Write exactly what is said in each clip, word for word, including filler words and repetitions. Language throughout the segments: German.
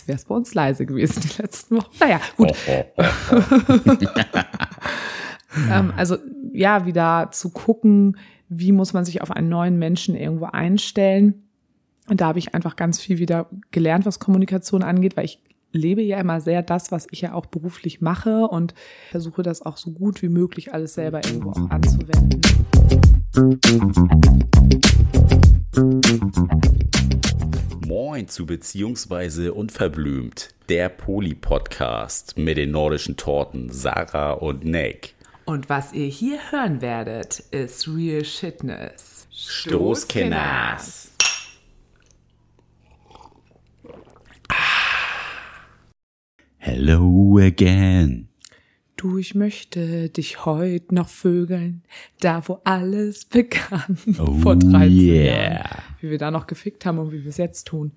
wäre es bei uns leise gewesen die letzten Wochen. Naja, gut. Oh, oh, oh, oh. ähm, also ja, wieder zu gucken, wie muss man sich auf einen neuen Menschen irgendwo einstellen. Und da habe ich einfach ganz viel wieder gelernt, was Kommunikation angeht, weil ich lebe ja immer sehr das, was ich ja auch beruflich mache und versuche das auch so gut wie möglich alles selber irgendwo auch anzuwenden. Moin zu Beziehungsweise Unverblümt, der Poli-Podcast mit den nordischen Torten Sarah und Nick. Und was ihr hier hören werdet, ist Real Shitness. Stoßkenners. Hello again. Du, ich möchte dich heute noch vögeln, da wo alles begann. Oh, vor dreizehn yeah. Jahren. Wie wir da noch gefickt haben und wie wir es jetzt tun.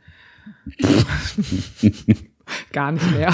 Gar nicht mehr.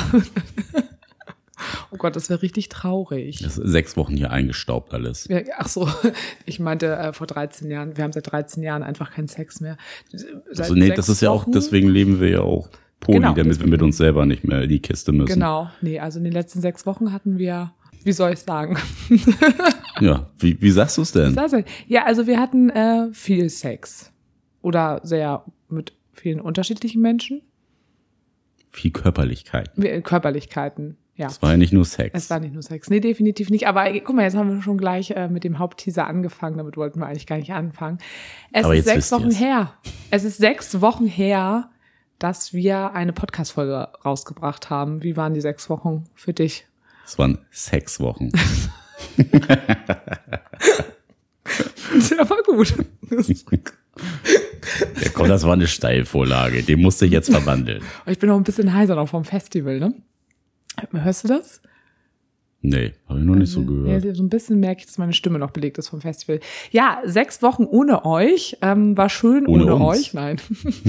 Oh Gott, das wäre richtig traurig. Das ist sechs Wochen hier eingestaubt alles. Ja, ach so, ich meinte äh, vor dreizehn Jahren. Wir haben seit dreizehn Jahren einfach keinen Sex mehr. Seit also nee, das ist ja auch, deswegen leben wir ja auch Poli, genau, damit wir mit uns selber nicht mehr in die Kiste müssen. Genau, nee, also in den letzten sechs Wochen hatten wir, wie soll ich sagen? Ja, wie, wie sagst du es denn? Ja, also wir hatten äh, viel Sex. Oder sehr mit vielen unterschiedlichen Menschen. Viel Körperlichkeit. Wir, Körperlichkeiten, ja. Es war ja nicht nur Sex. Es war nicht nur Sex. Nee, definitiv nicht. Aber äh, guck mal, jetzt haben wir schon gleich äh, mit dem Hauptteaser angefangen. Damit wollten wir eigentlich gar nicht anfangen. Es Aber ist jetzt sechs Wochen wisst ihr's. her. Es ist sechs Wochen her, dass wir eine Podcast-Folge rausgebracht haben. Wie waren die sechs Wochen für dich? Es waren Sexwochen. Der war gut. Ja, komm, das war eine Steilvorlage. Den musste ich jetzt verwandeln. Ich bin noch ein bisschen heiser noch vom Festival, ne? Hörst du das? Nee, habe ich noch nicht so gehört. Ja, so ein bisschen merke ich, dass meine Stimme noch belegt ist vom Festival. Ja, sechs Wochen ohne euch. Ähm, war schön ohne, Ohne uns. euch. Nein.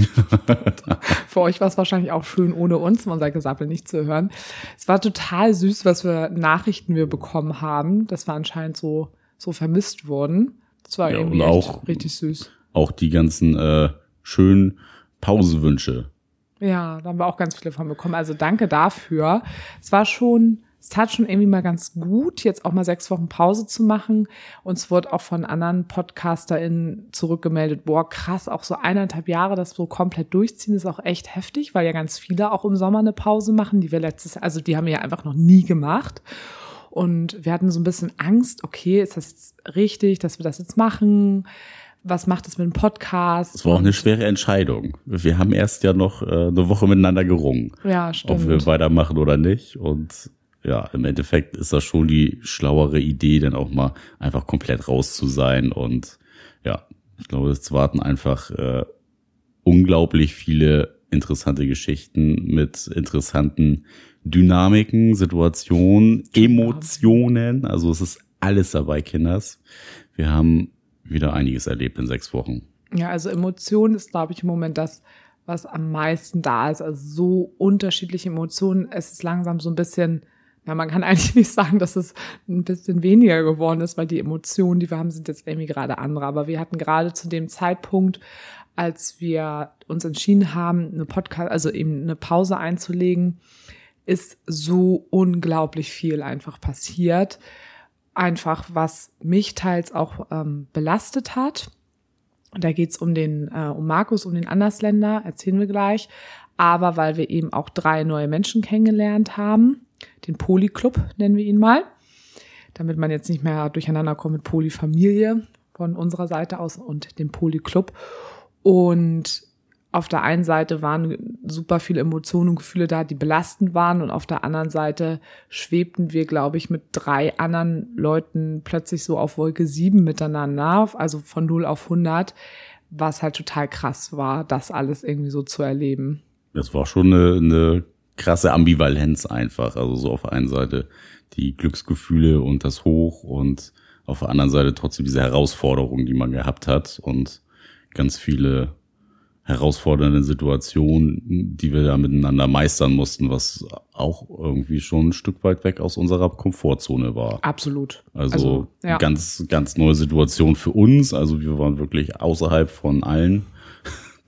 Für euch war es wahrscheinlich auch schön ohne uns, unser Gesappel nicht zu hören. Es war total süß, was für Nachrichten wir bekommen haben, dass wir anscheinend so, so vermisst wurden. Das war Ja, irgendwie und echt auch- richtig süß. Auch die ganzen äh, schönen Pausewünsche. Ja, da haben wir auch ganz viele von bekommen. Also danke dafür. Es war schon, es tat schon irgendwie mal ganz gut, jetzt auch mal sechs Wochen Pause zu machen. Uns wurde auch von anderen PodcasterInnen zurückgemeldet, boah, krass, auch so eineinhalb Jahre das so komplett durchziehen, ist auch echt heftig, weil ja ganz viele auch im Sommer eine Pause machen, die wir letztes Jahr, also die haben wir ja einfach noch nie gemacht. Und wir hatten so ein bisschen Angst, okay, ist das jetzt richtig, dass wir das jetzt machen? Was macht das mit dem Podcast? Es war auch eine schwere Entscheidung. Wir haben erst ja noch äh, eine Woche miteinander gerungen, Ja, ob stimmt. wir weitermachen oder nicht. Und ja, im Endeffekt ist das schon die schlauere Idee, dann auch mal einfach komplett raus zu sein. Und ja, ich glaube, es warten einfach äh, unglaublich viele interessante Geschichten mit interessanten Dynamiken, Situationen, Emotionen. Also es ist alles dabei, Kinders. Wir haben wieder einiges erlebt in sechs Wochen. Ja, also Emotion ist, glaube ich, im Moment das, was am meisten da ist. Also so unterschiedliche Emotionen. Es ist langsam so ein bisschen, ja, man kann eigentlich nicht sagen, dass es ein bisschen weniger geworden ist, weil die Emotionen, die wir haben, sind jetzt irgendwie gerade andere. Aber wir hatten gerade zu dem Zeitpunkt, als wir uns entschieden haben, eine Podcast, also eben eine Pause einzulegen, ist so unglaublich viel einfach passiert. Einfach, was mich teils auch ähm, belastet hat. Da geht's um den, äh, um Markus, um den Andersländer, erzählen wir gleich. Aber weil wir eben auch drei neue Menschen kennengelernt haben, den Poli-Club nennen wir ihn mal, damit man jetzt nicht mehr durcheinander kommt mit Poli-Familie von unserer Seite aus und dem Poli-Club. Und auf der einen Seite waren super viele Emotionen und Gefühle da, die belastend waren. Und auf der anderen Seite schwebten wir, glaube ich, mit drei anderen Leuten plötzlich so auf Wolke sieben miteinander, also von null auf hundert, was halt total krass war, das alles irgendwie so zu erleben. Das war schon eine, eine krasse Ambivalenz einfach. Also so auf der einen Seite die Glücksgefühle und das Hoch und auf der anderen Seite trotzdem diese Herausforderungen, die man gehabt hat und ganz viele herausfordernde Situationen, die wir da miteinander meistern mussten, was auch irgendwie schon ein Stück weit weg aus unserer Komfortzone war. Absolut. Also, Also, ja. ganz, ganz neue Situation für uns. Also wir waren wirklich außerhalb von allen bekannt,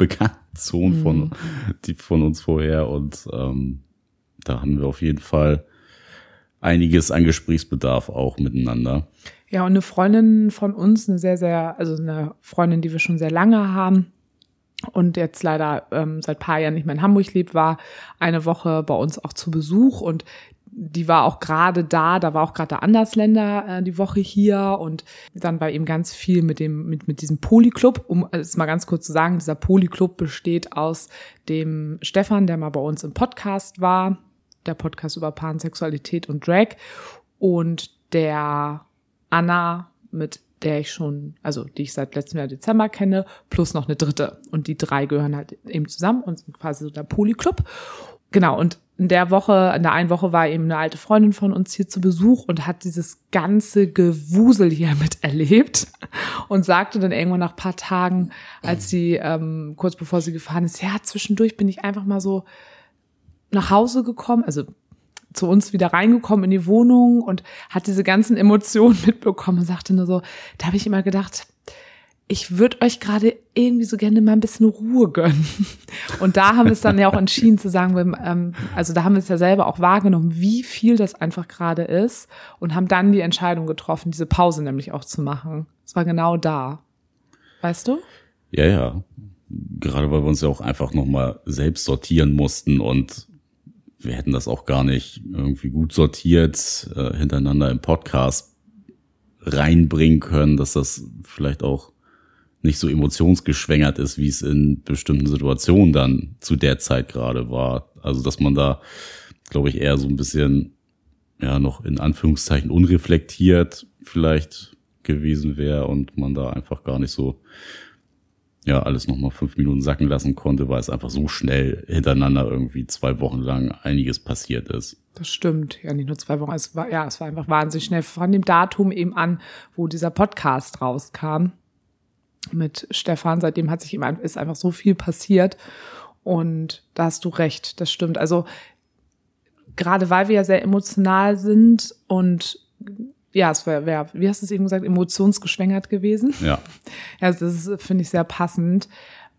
Generation mhm. von, die von uns vorher. Und ähm, da haben wir auf jeden Fall einiges an Gesprächsbedarf auch miteinander. Ja, und eine Freundin von uns, eine sehr, sehr, also eine Freundin, die wir schon sehr lange haben und jetzt leider ähm, seit ein paar Jahren nicht mehr in Hamburg lebt, war eine Woche bei uns auch zu Besuch und die war auch gerade da, da war auch gerade der Andersländer äh, die Woche hier und dann war eben ganz viel mit dem mit mit diesem Polyclub, um es mal ganz kurz zu sagen, dieser Polyclub besteht aus dem Stefan, der mal bei uns im Podcast war, der Podcast über Pansexualität und Drag und der Anna, mit der ich schon, also die ich seit letztem Jahr Dezember kenne, plus noch eine dritte. Und die drei gehören halt eben zusammen und sind quasi so der Polyclub. Genau, und in der Woche, in der einen Woche war eben eine alte Freundin von uns hier zu Besuch und hat dieses ganze Gewusel hier miterlebt und sagte dann irgendwann nach ein paar Tagen, als sie, ähm, kurz bevor sie gefahren ist, ja, zwischendurch bin ich einfach mal so nach Hause gekommen, also zu uns wieder reingekommen in die Wohnung und hat diese ganzen Emotionen mitbekommen und sagte nur so, da habe ich immer gedacht, ich würde euch gerade irgendwie so gerne mal ein bisschen Ruhe gönnen. Und da haben wir es dann ja auch entschieden zu sagen, ähm, also da haben wir es ja selber auch wahrgenommen, wie viel das einfach gerade ist und haben dann die Entscheidung getroffen, diese Pause nämlich auch zu machen. Es war genau da. Weißt du? Ja, ja. Gerade weil wir uns ja auch einfach nochmal selbst sortieren mussten und wir hätten das auch gar nicht irgendwie gut sortiert äh, hintereinander im Podcast reinbringen können, dass das vielleicht auch nicht so emotionsgeschwängert ist, wie es in bestimmten Situationen dann zu der Zeit gerade war. Also dass man da, glaube ich, eher so ein bisschen ja noch in Anführungszeichen unreflektiert vielleicht gewesen wäre und man da einfach gar nicht so ja alles nochmal fünf Minuten sacken lassen konnte, weil es einfach so schnell hintereinander irgendwie zwei Wochen lang einiges passiert ist. Das stimmt. Ja, nicht nur zwei Wochen. Es war, ja, es war einfach wahnsinnig schnell von dem Datum eben an, wo dieser Podcast rauskam mit Stefan. Seitdem hat sich eben, ist einfach so viel passiert. Und da hast du recht. Das stimmt. Also, gerade weil wir ja sehr emotional sind und ja, es wäre, wär, wie hast du es eben gesagt, emotionsgeschwängert gewesen. Ja. Ja, das ist, finde ich, sehr passend.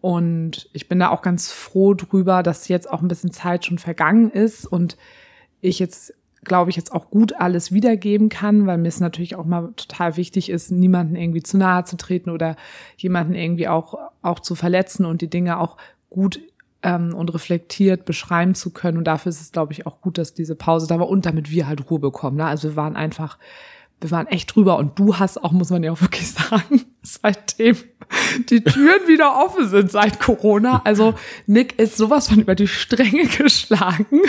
Und ich bin da auch ganz froh drüber, dass jetzt auch ein bisschen Zeit schon vergangen ist und ich jetzt, glaube ich, jetzt auch gut alles wiedergeben kann, weil mir es natürlich auch mal total wichtig ist, niemanden irgendwie zu nahe zu treten oder jemanden irgendwie auch, auch zu verletzen und die Dinge auch gut ähm, und reflektiert beschreiben zu können. Und dafür ist es, glaube ich, auch gut, dass diese Pause da war und damit wir halt Ruhe bekommen. Ne? Also wir waren einfach Wir waren echt drüber und du hast auch, muss man ja auch wirklich sagen, seitdem die Türen wieder offen sind seit Corona. Also Nick ist sowas von über die Stränge geschlagen.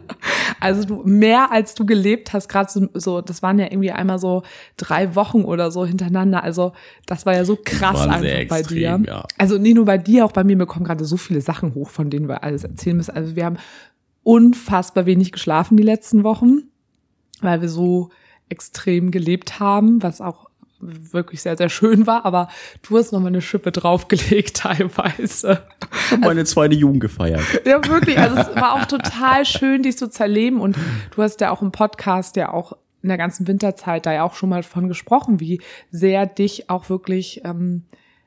Also du mehr als du gelebt hast, gerade so, so, das waren ja irgendwie einmal so drei Wochen oder so hintereinander. Also das war ja so krass einfach extrem, bei dir. Ja. Also nicht nur bei dir, auch bei mir, mir kommen gerade so viele Sachen hoch, von denen wir alles erzählen müssen. Also wir haben unfassbar wenig geschlafen die letzten Wochen, weil wir so extrem gelebt haben, was auch wirklich sehr, sehr schön war, aber du hast noch mal eine Schippe draufgelegt teilweise. Ich habe meine zweite Jugend gefeiert. Ja, wirklich, also es war auch total schön, dich so zu erleben und du hast ja auch im Podcast ja auch in der ganzen Winterzeit da ja auch schon mal von gesprochen, wie sehr dich auch wirklich ähm,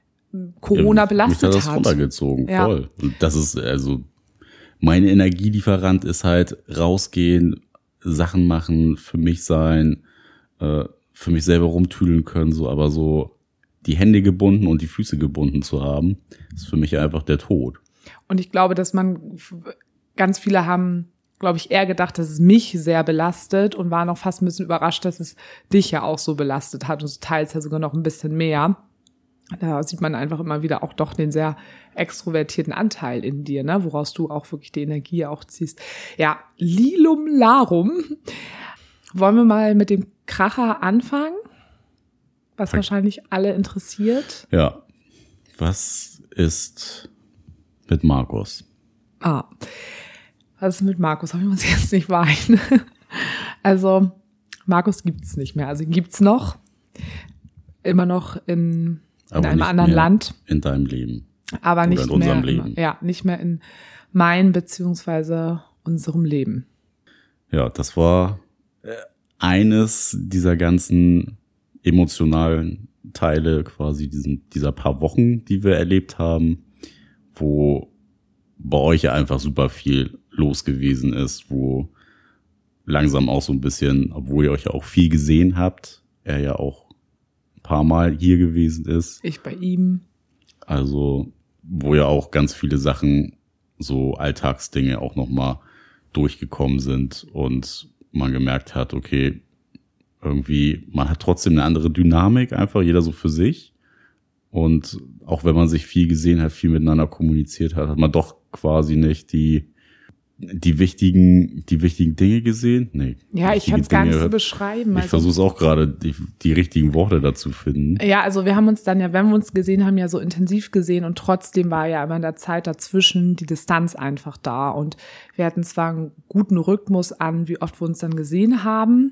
Corona ja, belastet mich hat. Das hat. runtergezogen, ja. Voll. Und das ist, also mein Energielieferant ist halt rausgehen, Sachen machen, für mich sein, äh, für mich selber rumtüdeln können, so, aber so die Hände gebunden und die Füße gebunden zu haben, ist für mich einfach der Tod. Und ich glaube, dass man, ganz viele haben, glaube ich, eher gedacht, dass es mich sehr belastet und waren auch fast ein bisschen überrascht, dass es dich ja auch so belastet hat und teils ja sogar noch ein bisschen mehr. Da sieht man einfach immer wieder auch doch den sehr extrovertierten Anteil in dir, ne, woraus du auch wirklich die Energie auch ziehst. Ja, Lilum Larum. Wollen wir mal mit dem Kracher anfangen? Was okay. wahrscheinlich alle interessiert. Ja. Was ist mit Markus? Ah. Was ist mit Markus? Aber ich muss jetzt nicht weinen. Also, Markus gibt's nicht mehr. Also, ihn gibt's noch. Immer noch in in Aber einem anderen Land. In deinem Leben. Aber Oder nicht in unserem mehr, Leben. Ja, nicht mehr in meinem beziehungsweise unserem Leben. Ja, das war eines dieser ganzen emotionalen Teile quasi diesen, dieser paar Wochen, die wir erlebt haben, wo bei euch ja einfach super viel los gewesen ist, wo langsam auch so ein bisschen, obwohl ihr euch ja auch viel gesehen habt, er ja auch ein paar Mal hier gewesen ist. Ich bei ihm. Also, wo ja auch ganz viele Sachen, so Alltagsdinge auch nochmal durchgekommen sind und man gemerkt hat, okay, irgendwie, man hat trotzdem eine andere Dynamik, einfach jeder so für sich. Und auch wenn man sich viel gesehen hat, viel miteinander kommuniziert hat, hat man doch quasi nicht die die wichtigen die wichtigen Dinge gesehen. Nee, ja, ich kann es gar nicht so beschreiben. Ich also, versuche es auch gerade, die, die richtigen Worte dazu finden. Ja, also wir haben uns dann ja, wenn wir uns gesehen haben, ja so intensiv gesehen und trotzdem war ja immer in der Zeit dazwischen die Distanz einfach da. Und wir hatten zwar einen guten Rhythmus an, wie oft wir uns dann gesehen haben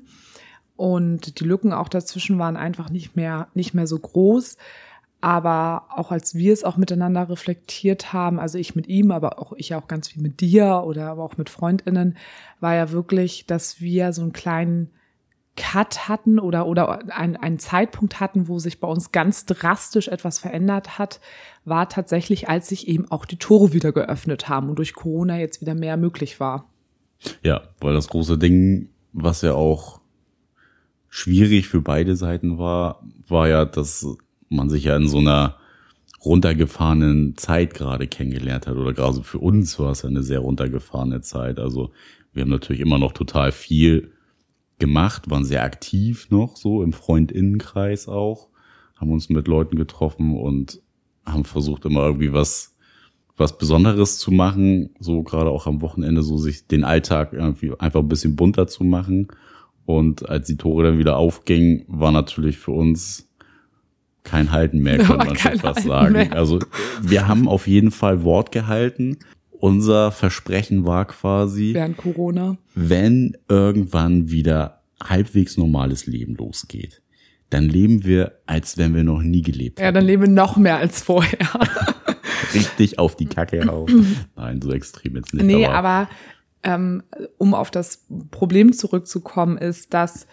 und die Lücken auch dazwischen waren einfach nicht mehr nicht mehr so groß. Aber auch als wir es auch miteinander reflektiert haben, also ich mit ihm, aber auch ich auch ganz viel mit dir oder aber auch mit FreundInnen, war ja wirklich, dass wir so einen kleinen Cut hatten oder oder einen, einen Zeitpunkt hatten, wo sich bei uns ganz drastisch etwas verändert hat, war tatsächlich, als sich eben auch die Tore wieder geöffnet haben und durch Corona jetzt wieder mehr möglich war. Ja, weil das große Ding, was ja auch schwierig für beide Seiten war, war ja, dass man sich ja in so einer runtergefahrenen Zeit gerade kennengelernt hat. Oder gerade für uns war es ja eine sehr runtergefahrene Zeit. Also wir haben natürlich immer noch total viel gemacht, waren sehr aktiv noch so im Freundinnenkreis auch, haben uns mit Leuten getroffen und haben versucht immer irgendwie was was Besonderes zu machen, so gerade auch am Wochenende, so sich den Alltag irgendwie einfach ein bisschen bunter zu machen. Und als die Tore dann wieder aufgingen, war natürlich für uns kein Halten mehr, könnte man schon fast sagen. Mehr. Also wir haben auf jeden Fall Wort gehalten. Unser Versprechen war quasi, während Corona, wenn irgendwann wieder halbwegs normales Leben losgeht, dann leben wir, als wenn wir noch nie gelebt haben. Ja, dann leben wir noch mehr als vorher. Richtig auf die Kacke auf. Nein, so extrem jetzt nicht. Nee, aber, aber ähm, um auf das Problem zurückzukommen, ist, dass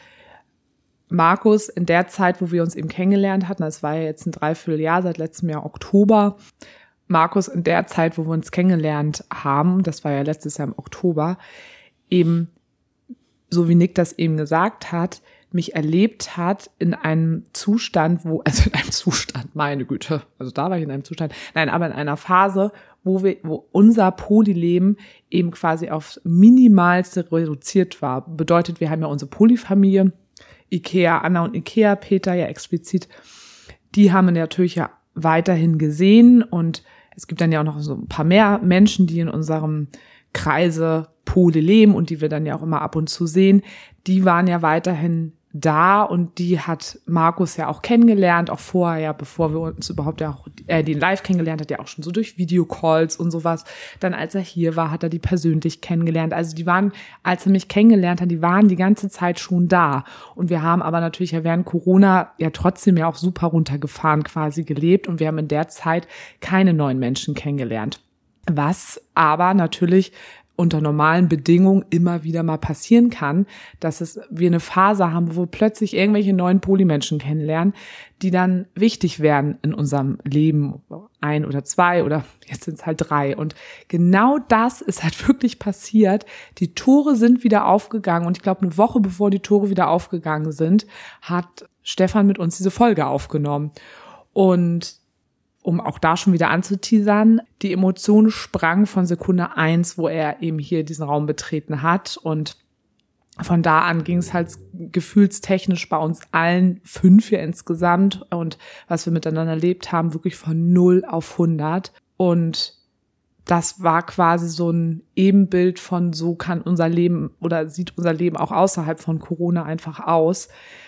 Markus in der Zeit, wo wir uns eben kennengelernt hatten, das war ja jetzt ein Dreivierteljahr, seit letztem Jahr Oktober, Markus in der Zeit, wo wir uns kennengelernt haben, das war ja letztes Jahr im Oktober, eben, so wie Nick das eben gesagt hat, mich erlebt hat in einem Zustand, wo, also in einem Zustand, meine Güte, also da war ich in einem Zustand, nein, aber in einer Phase, wo wir, wo unser Polyleben eben quasi aufs Minimalste reduziert war. Bedeutet, wir haben ja unsere Polyfamilie, Ikea, Anna und Ikea, Peter ja explizit, die haben wir natürlich ja weiterhin gesehen und es gibt dann ja auch noch so ein paar mehr Menschen, die in unserem Kreise Poly leben und die wir dann ja auch immer ab und zu sehen, die waren ja weiterhin da und die hat Markus ja auch kennengelernt, auch vorher, ja, bevor wir uns überhaupt ja auch äh, den live kennengelernt hat, ja auch schon so durch Videocalls und sowas. Dann, als er hier war, hat er die persönlich kennengelernt. Also die waren, als er mich kennengelernt hat, die waren die ganze Zeit schon da. Und wir haben aber natürlich ja während Corona ja trotzdem ja auch super runtergefahren quasi gelebt und wir haben in der Zeit keine neuen Menschen kennengelernt. Was aber natürlich unter normalen Bedingungen immer wieder mal passieren kann, dass es wir eine Phase haben, wo wir plötzlich irgendwelche neuen Polymenschen kennenlernen, die dann wichtig werden in unserem Leben, ein oder zwei oder jetzt sind es halt drei. Und genau das ist halt wirklich passiert. Die Tore sind wieder aufgegangen und ich glaube, eine Woche bevor die Tore wieder aufgegangen sind, hat Stefan mit uns diese Folge aufgenommen. Und um auch da schon wieder anzuteasern, die Emotion sprang von Sekunde eins, wo er eben hier diesen Raum betreten hat. Und von da an ging es halt gefühlstechnisch bei uns allen fünf hier insgesamt. Und was wir miteinander erlebt haben, wirklich von null auf hundert. Und das war quasi so ein Ebenbild von, so kann unser Leben oder sieht unser Leben auch außerhalb von Corona einfach aus.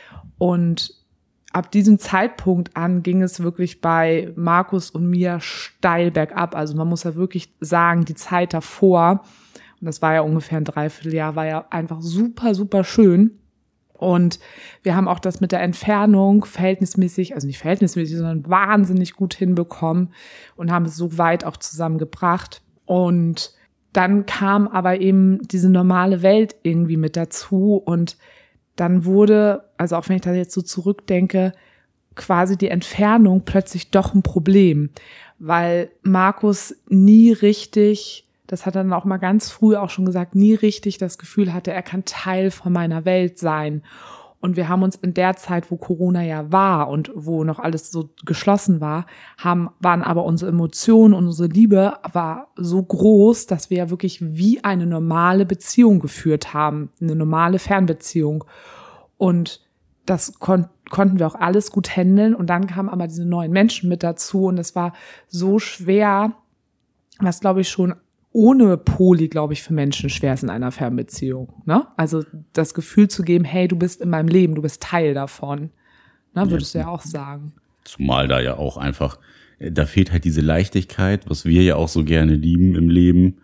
Und ab diesem Zeitpunkt an ging es wirklich bei Markus und mir steil bergab. Also man muss ja wirklich sagen, die Zeit davor, und das war ja ungefähr ein Dreivierteljahr, war ja einfach super, super schön. Und wir haben auch das mit der Entfernung verhältnismäßig, also nicht verhältnismäßig, sondern wahnsinnig gut hinbekommen und haben es so weit auch zusammengebracht. Und dann kam aber eben diese normale Welt irgendwie mit dazu und dann wurde, also auch wenn ich da jetzt so zurückdenke, quasi die Entfernung plötzlich doch ein Problem, weil Markus nie richtig, das hat er dann auch mal ganz früh auch schon gesagt, nie richtig das Gefühl hatte, er kann Teil von meiner Welt sein. Und wir haben uns in der Zeit, wo Corona ja war und wo noch alles so geschlossen war, haben, waren aber unsere Emotionen und unsere Liebe war so groß, dass wir ja wirklich wie eine normale Beziehung geführt haben, eine normale Fernbeziehung. Und das kon- konnten wir auch alles gut handeln. Und dann kamen aber diese neuen Menschen mit dazu und es war so schwer, was glaube ich schon ohne Poly, glaube ich, für Menschen schwer ist in einer Fernbeziehung. Ne? Also das Gefühl zu geben, hey, du bist in meinem Leben, du bist Teil davon. Ne? Würdest ja. du ja auch sagen. Zumal da ja auch einfach, da fehlt halt diese Leichtigkeit, was wir ja auch so gerne lieben im Leben,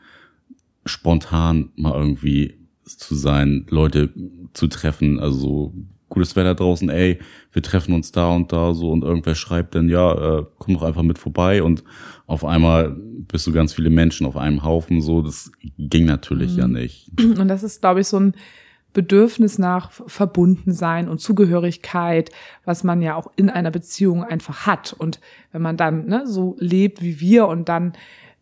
spontan mal irgendwie zu sein, Leute zu treffen, also gutes Wetter draußen, ey, wir treffen uns da und da so und irgendwer schreibt dann, ja, äh, komm doch einfach mit vorbei und auf einmal bist du ganz viele Menschen auf einem Haufen, so, das ging natürlich mhm. ja nicht. Und das ist, glaube ich, so ein Bedürfnis nach Verbundensein und Zugehörigkeit, was man ja auch in einer Beziehung einfach hat. Und wenn man dann ne, so lebt wie wir und dann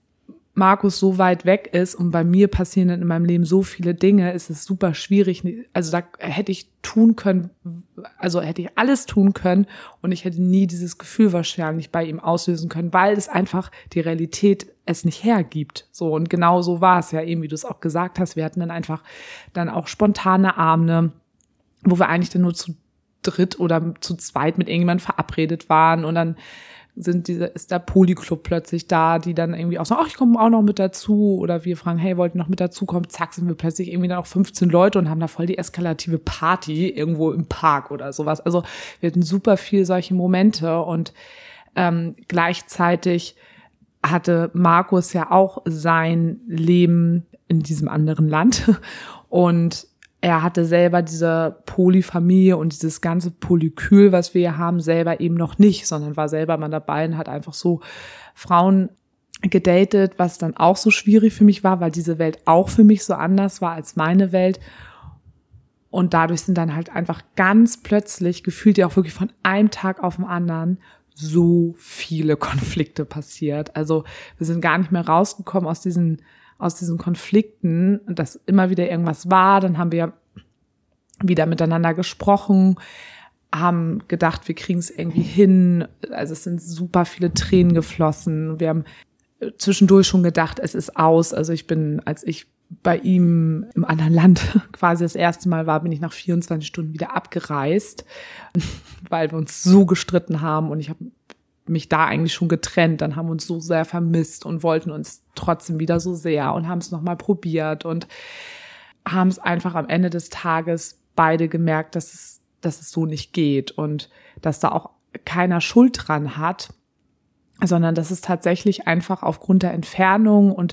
Markus so weit weg ist und bei mir passieren dann in meinem Leben so viele Dinge, ist es super schwierig. Also da hätte ich tun können, also hätte ich alles tun können und ich hätte nie dieses Gefühl wahrscheinlich bei ihm auslösen können, weil es einfach die Realität es nicht hergibt. So und genau so war es ja eben, wie du es auch gesagt hast. Wir hatten dann einfach dann auch spontane Abende, wo wir eigentlich dann nur zu dritt oder zu zweit mit irgendjemandem verabredet waren und dann sind diese, ist der Polyclub plötzlich da, die dann irgendwie auch sagen, ach, ich komme auch noch mit dazu. Oder wir fragen, hey, wollt ihr noch mit dazu kommen? Zack, sind wir plötzlich irgendwie dann auch fünfzehn Leute und haben da voll die eskalative Party irgendwo im Park oder sowas. Also wir hatten super viel solche Momente und ähm, gleichzeitig hatte Markus ja auch sein Leben in diesem anderen Land und er hatte selber diese Polyfamilie und dieses ganze Polykül, was wir hier haben, selber eben noch nicht, sondern war selber mal dabei und hat einfach so Frauen gedatet, was dann auch so schwierig für mich war, weil diese Welt auch für mich so anders war als meine Welt. Und dadurch sind dann halt einfach ganz plötzlich, gefühlt ja auch wirklich von einem Tag auf den anderen, so viele Konflikte passiert. Also wir sind gar nicht mehr rausgekommen aus diesen aus diesen Konflikten, dass immer wieder irgendwas war, dann haben wir wieder miteinander gesprochen, haben gedacht, wir kriegen es irgendwie hin, also es sind super viele Tränen geflossen, wir haben zwischendurch schon gedacht, es ist aus, also ich bin, als ich bei ihm im anderen Land quasi das erste Mal war, bin ich nach vierundzwanzig Stunden wieder abgereist, weil wir uns so gestritten haben und ich habe mich da eigentlich schon getrennt, dann haben wir uns so sehr vermisst und wollten uns trotzdem wieder so sehr und haben es nochmal probiert und haben es einfach am Ende des Tages beide gemerkt, dass es, dass es so nicht geht und dass da auch keiner Schuld dran hat, sondern dass es tatsächlich einfach aufgrund der Entfernung und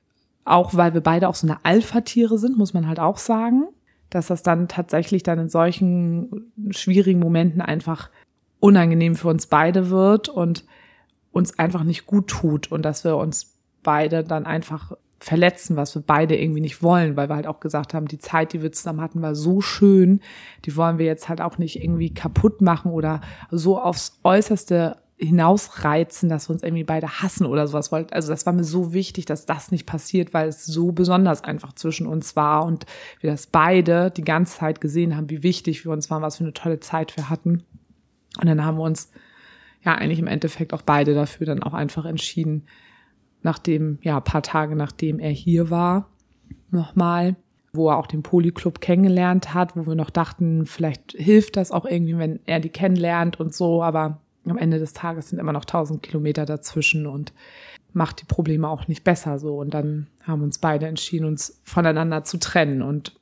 auch, weil wir beide auch so eine Alpha-Tiere sind, muss man halt auch sagen, dass das dann tatsächlich dann in solchen schwierigen Momenten einfach unangenehm für uns beide wird und uns einfach nicht gut tut und dass wir uns beide dann einfach verletzen, was wir beide irgendwie nicht wollen, weil wir halt auch gesagt haben, die Zeit, die wir zusammen hatten, war so schön, die wollen wir jetzt halt auch nicht irgendwie kaputt machen oder so aufs Äußerste hinausreizen, dass wir uns irgendwie beide hassen oder sowas wollten. Also das war mir so wichtig, dass das nicht passiert, weil es so besonders einfach zwischen uns war und wir das beide die ganze Zeit gesehen haben, wie wichtig wir uns waren, was für eine tolle Zeit wir hatten. Und dann haben wir uns ja eigentlich im Endeffekt auch beide dafür dann auch einfach entschieden, nachdem, ja, ein paar Tage nachdem er hier war, nochmal, wo er auch den Polyclub kennengelernt hat, wo wir noch dachten, vielleicht hilft das auch irgendwie, wenn er die kennenlernt und so, aber am Ende des Tages sind immer noch tausend Kilometer dazwischen und macht die Probleme auch nicht besser so. Und dann haben uns beide entschieden, uns voneinander zu trennen und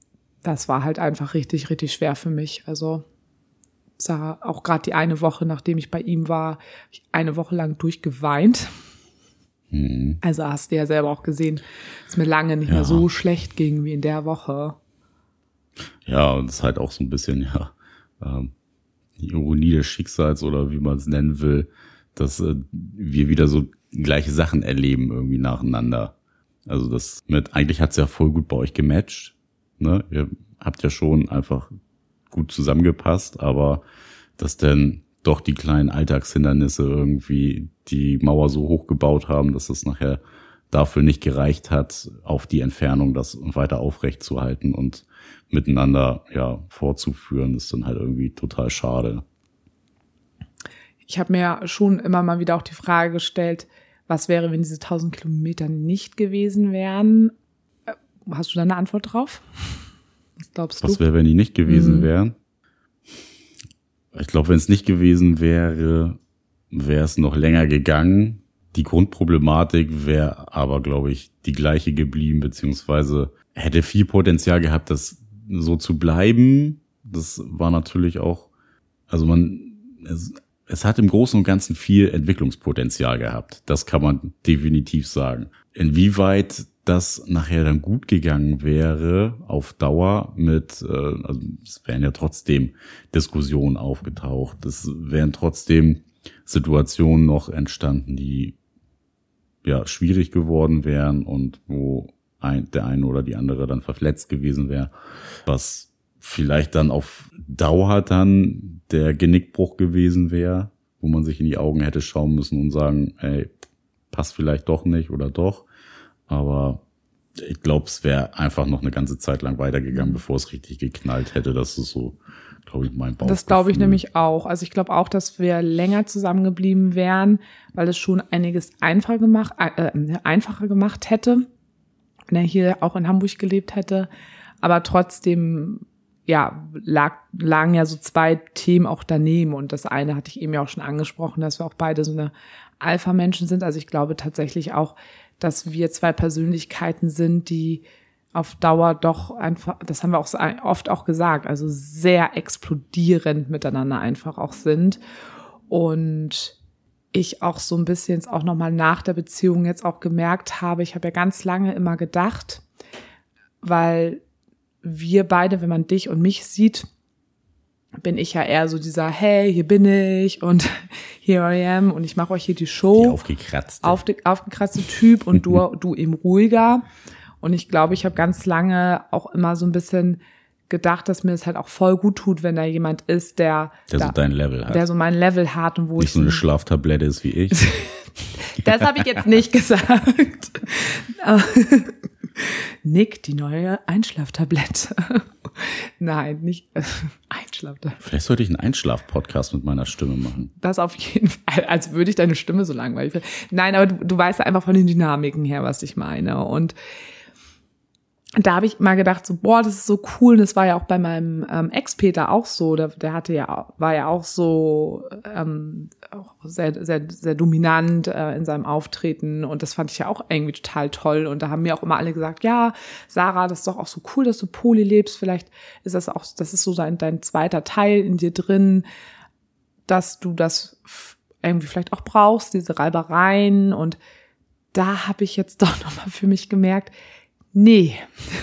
das war halt einfach richtig, richtig schwer für mich, also sah auch gerade die eine Woche, nachdem ich bei ihm war, ich eine Woche lang durchgeweint. Mhm. Also hast du ja selber auch gesehen, dass es mir lange nicht ja. mehr so schlecht ging wie in der Woche. Ja, und es ist halt auch so ein bisschen, ja, ähm, die Ironie des Schicksals oder wie man es nennen will, dass äh, wir wieder so gleiche Sachen erleben irgendwie nacheinander. Also das mit, eigentlich hat's ja voll gut bei euch gematcht, ne? Ihr habt ja schon einfach gut zusammengepasst, aber dass denn doch die kleinen Alltagshindernisse irgendwie, die Mauer so hoch gebaut haben, dass es nachher dafür nicht gereicht hat, auf die Entfernung das weiter aufrecht zu halten und miteinander ja fortzuführen, ist dann halt irgendwie total schade. Ich habe mir schon immer mal wieder auch die Frage gestellt, was wäre, wenn diese tausend Kilometer nicht gewesen wären? Hast du da eine Antwort drauf? Was glaubst du? Was wäre, wenn die nicht gewesen mhm. wären? Ich glaube, wenn es nicht gewesen wäre, wäre es noch länger gegangen. Die Grundproblematik wäre aber, glaube ich, die gleiche geblieben, beziehungsweise hätte viel Potenzial gehabt, das so zu bleiben. Das war natürlich auch, also man, es, es hat im Großen und Ganzen viel Entwicklungspotenzial gehabt. Das kann man definitiv sagen. Inwieweit das nachher dann gut gegangen wäre auf Dauer mit, äh, also es wären ja trotzdem Diskussionen aufgetaucht. Es wären trotzdem Situationen noch entstanden, die ja schwierig geworden wären und wo ein, der eine oder die andere dann verletzt gewesen wäre, was vielleicht dann auf Dauer dann der Genickbruch gewesen wäre, wo man sich in die Augen hätte schauen müssen und sagen, ey, passt vielleicht doch nicht oder doch. Aber ich glaube, es wäre einfach noch eine ganze Zeit lang weitergegangen, bevor es richtig geknallt hätte. Das ist so, glaube ich, mein Bauchgefühl. Das glaube ich nämlich auch. Also ich glaube auch, dass wir länger zusammengeblieben wären, weil es schon einiges einfacher gemacht, äh, einfacher gemacht hätte, wenn er hier auch in Hamburg gelebt hätte. Aber trotzdem, ja, lag, lagen ja so zwei Themen auch daneben. Und das eine hatte ich eben ja auch schon angesprochen, dass wir auch beide so eine Alpha-Menschen sind. Also ich glaube tatsächlich auch, dass wir zwei Persönlichkeiten sind, die auf Dauer doch einfach, das haben wir auch oft auch gesagt, also sehr explodierend miteinander einfach auch sind. Und ich auch so ein bisschen jetzt auch nochmal nach der Beziehung jetzt auch gemerkt habe, ich habe ja ganz lange immer gedacht, weil wir beide, wenn man dich und mich sieht, bin ich ja eher so dieser, hey, hier bin ich und here I am und ich mache euch hier die Show. Die aufgekratzte. Auf, aufgekratzte Typ und du, du eben ruhiger. Und ich glaube, ich habe ganz lange auch immer so ein bisschen gedacht, dass mir das halt auch voll gut tut, wenn da jemand ist, der der da, so dein Level hat. Der so mein Level hat und wo nicht ich so eine Schlaftablette ist wie ich. Das habe ich jetzt nicht gesagt. Nick, die neue Einschlaftablette. Nein, nicht äh, Einschlaftablette. Vielleicht sollte ich einen Einschlaf-Podcast mit meiner Stimme machen. Das auf jeden Fall, als würde ich deine Stimme so langweilig finden. Nein, aber du, du weißt ja einfach von den Dynamiken her, was ich meine. Und da habe ich mal gedacht, so, boah, das ist so cool. Und das war ja auch bei meinem ähm, Ex-Peter auch so. Der, der hatte ja, war ja auch so ähm, auch sehr, sehr, sehr dominant äh, in seinem Auftreten. Und das fand ich ja auch irgendwie total toll. Und da haben mir auch immer alle gesagt, ja, Sarah, das ist doch auch so cool, dass du Poly lebst. Vielleicht ist das auch, das ist so dein, dein zweiter Teil in dir drin, dass du das irgendwie vielleicht auch brauchst, diese Reibereien. Und da habe ich jetzt doch nochmal für mich gemerkt, nee.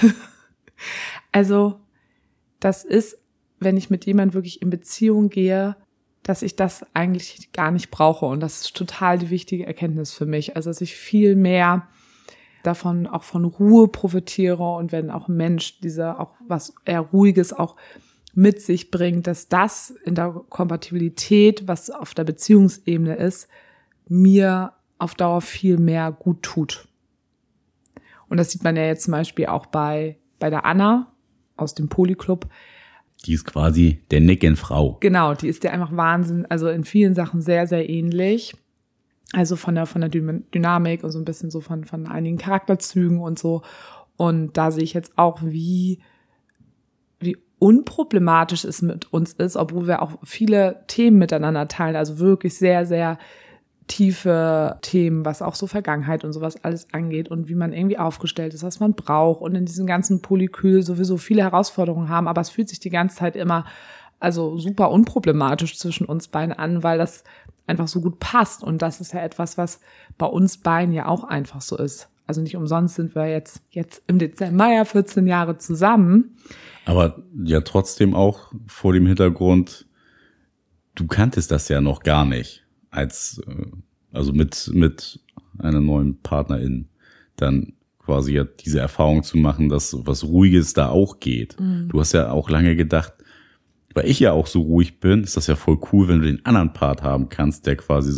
Also, das ist, wenn ich mit jemandem wirklich in Beziehung gehe, dass ich das eigentlich gar nicht brauche. Und das ist total die wichtige Erkenntnis für mich. Also, dass ich viel mehr davon auch von Ruhe profitiere und wenn auch ein Mensch diese auch was eher Ruhiges auch mit sich bringt, dass das in der Kompatibilität, was auf der Beziehungsebene ist, mir auf Dauer viel mehr gut tut. Und das sieht man ja jetzt zum Beispiel auch bei bei der Anna aus dem Polyclub. Die ist quasi der Nick in Frau. Genau, die ist ja einfach Wahnsinn, also in vielen Sachen sehr, sehr ähnlich. Also von der von der Dynamik und so ein bisschen so von von einigen Charakterzügen und so. Und da sehe ich jetzt auch, wie wie unproblematisch es mit uns ist, obwohl wir auch viele Themen miteinander teilen. Also wirklich sehr, sehr tiefe Themen, was auch so Vergangenheit und sowas alles angeht und wie man irgendwie aufgestellt ist, was man braucht und in diesem ganzen Polykül sowieso viele Herausforderungen haben, aber es fühlt sich die ganze Zeit immer also super unproblematisch zwischen uns beiden an, weil das einfach so gut passt und das ist ja etwas, was bei uns beiden ja auch einfach so ist. Also nicht umsonst sind wir jetzt jetzt im Dezember ja vierzehn Jahre zusammen. Aber ja trotzdem auch vor dem Hintergrund, du kanntest das ja noch gar nicht. Als, also mit, mit einer neuen Partnerin dann quasi ja diese Erfahrung zu machen, dass was Ruhiges da auch geht. Mhm. Du hast ja auch lange gedacht, weil ich ja auch so ruhig bin, ist das ja voll cool, wenn du den anderen Part haben kannst, der quasi so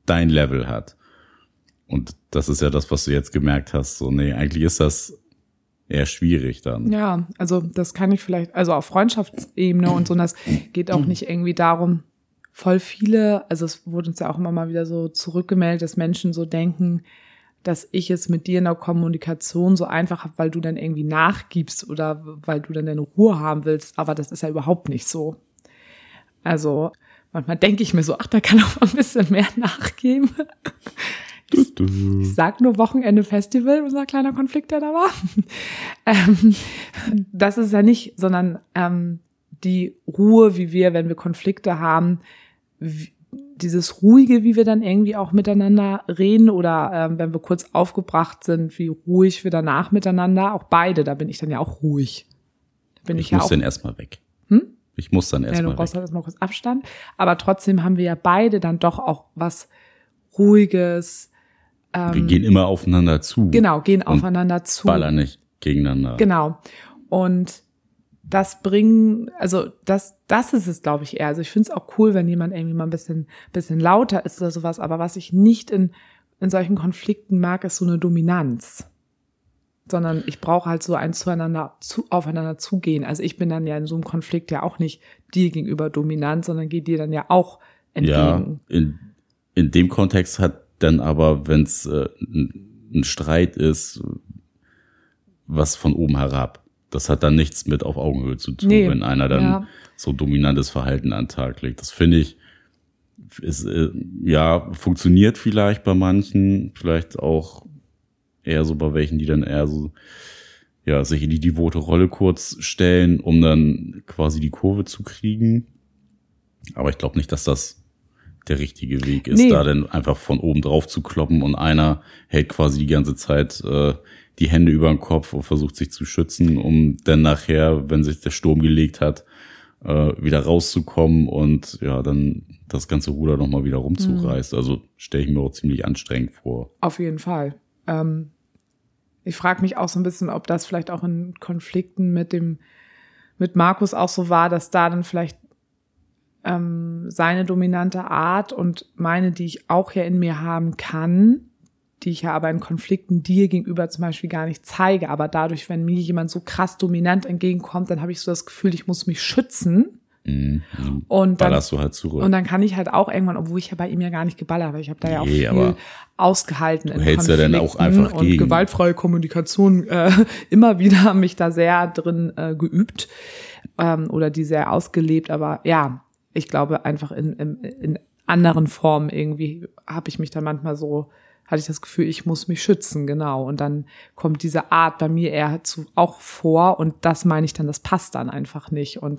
dein Level hat. Und das ist ja das, was du jetzt gemerkt hast. So, nee, eigentlich ist das eher schwierig dann. Ja, also das kann ich vielleicht, also auf Freundschaftsebene und so, und das geht auch nicht irgendwie darum, voll viele, also es wurde uns ja auch immer mal wieder so zurückgemeldet, dass Menschen so denken, dass ich es mit dir in der Kommunikation so einfach habe, weil du dann irgendwie nachgibst oder weil du dann deine Ruhe haben willst, aber das ist ja überhaupt nicht so. Also manchmal denke ich mir so, ach, da kann auch mal ein bisschen mehr nachgeben. Ich, ich sag nur Wochenende Festival, unser kleiner Konflikt, der da war. ähm, das ist ja nicht, sondern ähm, die Ruhe, wie wir, wenn wir Konflikte haben, wie, dieses Ruhige, wie wir dann irgendwie auch miteinander reden oder ähm, wenn wir kurz aufgebracht sind, wie ruhig wir danach miteinander, auch beide, da bin ich dann ja auch ruhig. Da bin ich, ich ja muss auch, dann erstmal weg. Hm? Ich muss dann erstmal ja, weg. du brauchst halt erstmal kurz Abstand. Aber trotzdem haben wir ja beide dann doch auch was Ruhiges. Ähm, wir gehen immer aufeinander zu. Genau, gehen aufeinander zu. Ballern nicht gegeneinander. Genau. Und das bringen, also das, das ist es, glaube ich, eher. Also ich finde es auch cool, wenn jemand irgendwie mal ein bisschen, bisschen lauter ist oder sowas. Aber was ich nicht in, in solchen Konflikten mag, ist so eine Dominanz. Sondern ich brauche halt so ein zueinander, zu, aufeinander zugehen. Also ich bin dann ja in so einem Konflikt ja auch nicht dir gegenüber dominant, sondern gehe dir dann ja auch entgegen. Ja, in, in dem Kontext hat dann aber, wenn es äh, ein, ein Streit ist, was von oben herab. Das hat dann nichts mit auf Augenhöhe zu tun, nee, wenn einer dann ja. so dominantes Verhalten an den Tag legt. Das finde ich, ist, äh, ja, funktioniert vielleicht bei manchen, vielleicht auch eher so bei welchen, die dann eher so, ja, sich in die devote Rolle kurz stellen, um dann quasi die Kurve zu kriegen. Aber ich glaube nicht, dass das der richtige Weg ist, nee. da dann einfach von oben drauf zu kloppen und einer hält quasi die ganze Zeit äh, die Hände über den Kopf und versucht sich zu schützen, um dann nachher, wenn sich der Sturm gelegt hat, äh, wieder rauszukommen und ja, dann das ganze Ruder nochmal wieder rumzureißen. Mhm. Also stelle ich mir auch ziemlich anstrengend vor. Auf jeden Fall. Ähm, ich frage mich auch so ein bisschen, ob das vielleicht auch in Konflikten mit dem mit Markus auch so war, dass da dann vielleicht ähm, seine dominante Art und meine, die ich auch ja in mir haben kann, die ich ja aber in Konflikten dir gegenüber zum Beispiel gar nicht zeige, aber dadurch, wenn mir jemand so krass dominant entgegenkommt, dann habe ich so das Gefühl, ich muss mich schützen. Mhm. Und dann, ballerst du halt zurück. Und dann kann ich halt auch irgendwann, obwohl ich ja bei ihm ja gar nicht geballert habe, ich habe da ja auch nee, viel ausgehalten in hältst ja dann auch einfach und gegen. gewaltfreie Kommunikation äh, immer wieder mich da sehr drin äh, geübt ähm, oder die sehr ausgelebt, aber ja, ich glaube einfach in, in, in anderen Formen irgendwie habe ich mich dann manchmal so, hatte ich das Gefühl, ich muss mich schützen, genau. Und dann kommt diese Art bei mir eher zu, auch vor und das meine ich dann, das passt dann einfach nicht. Und,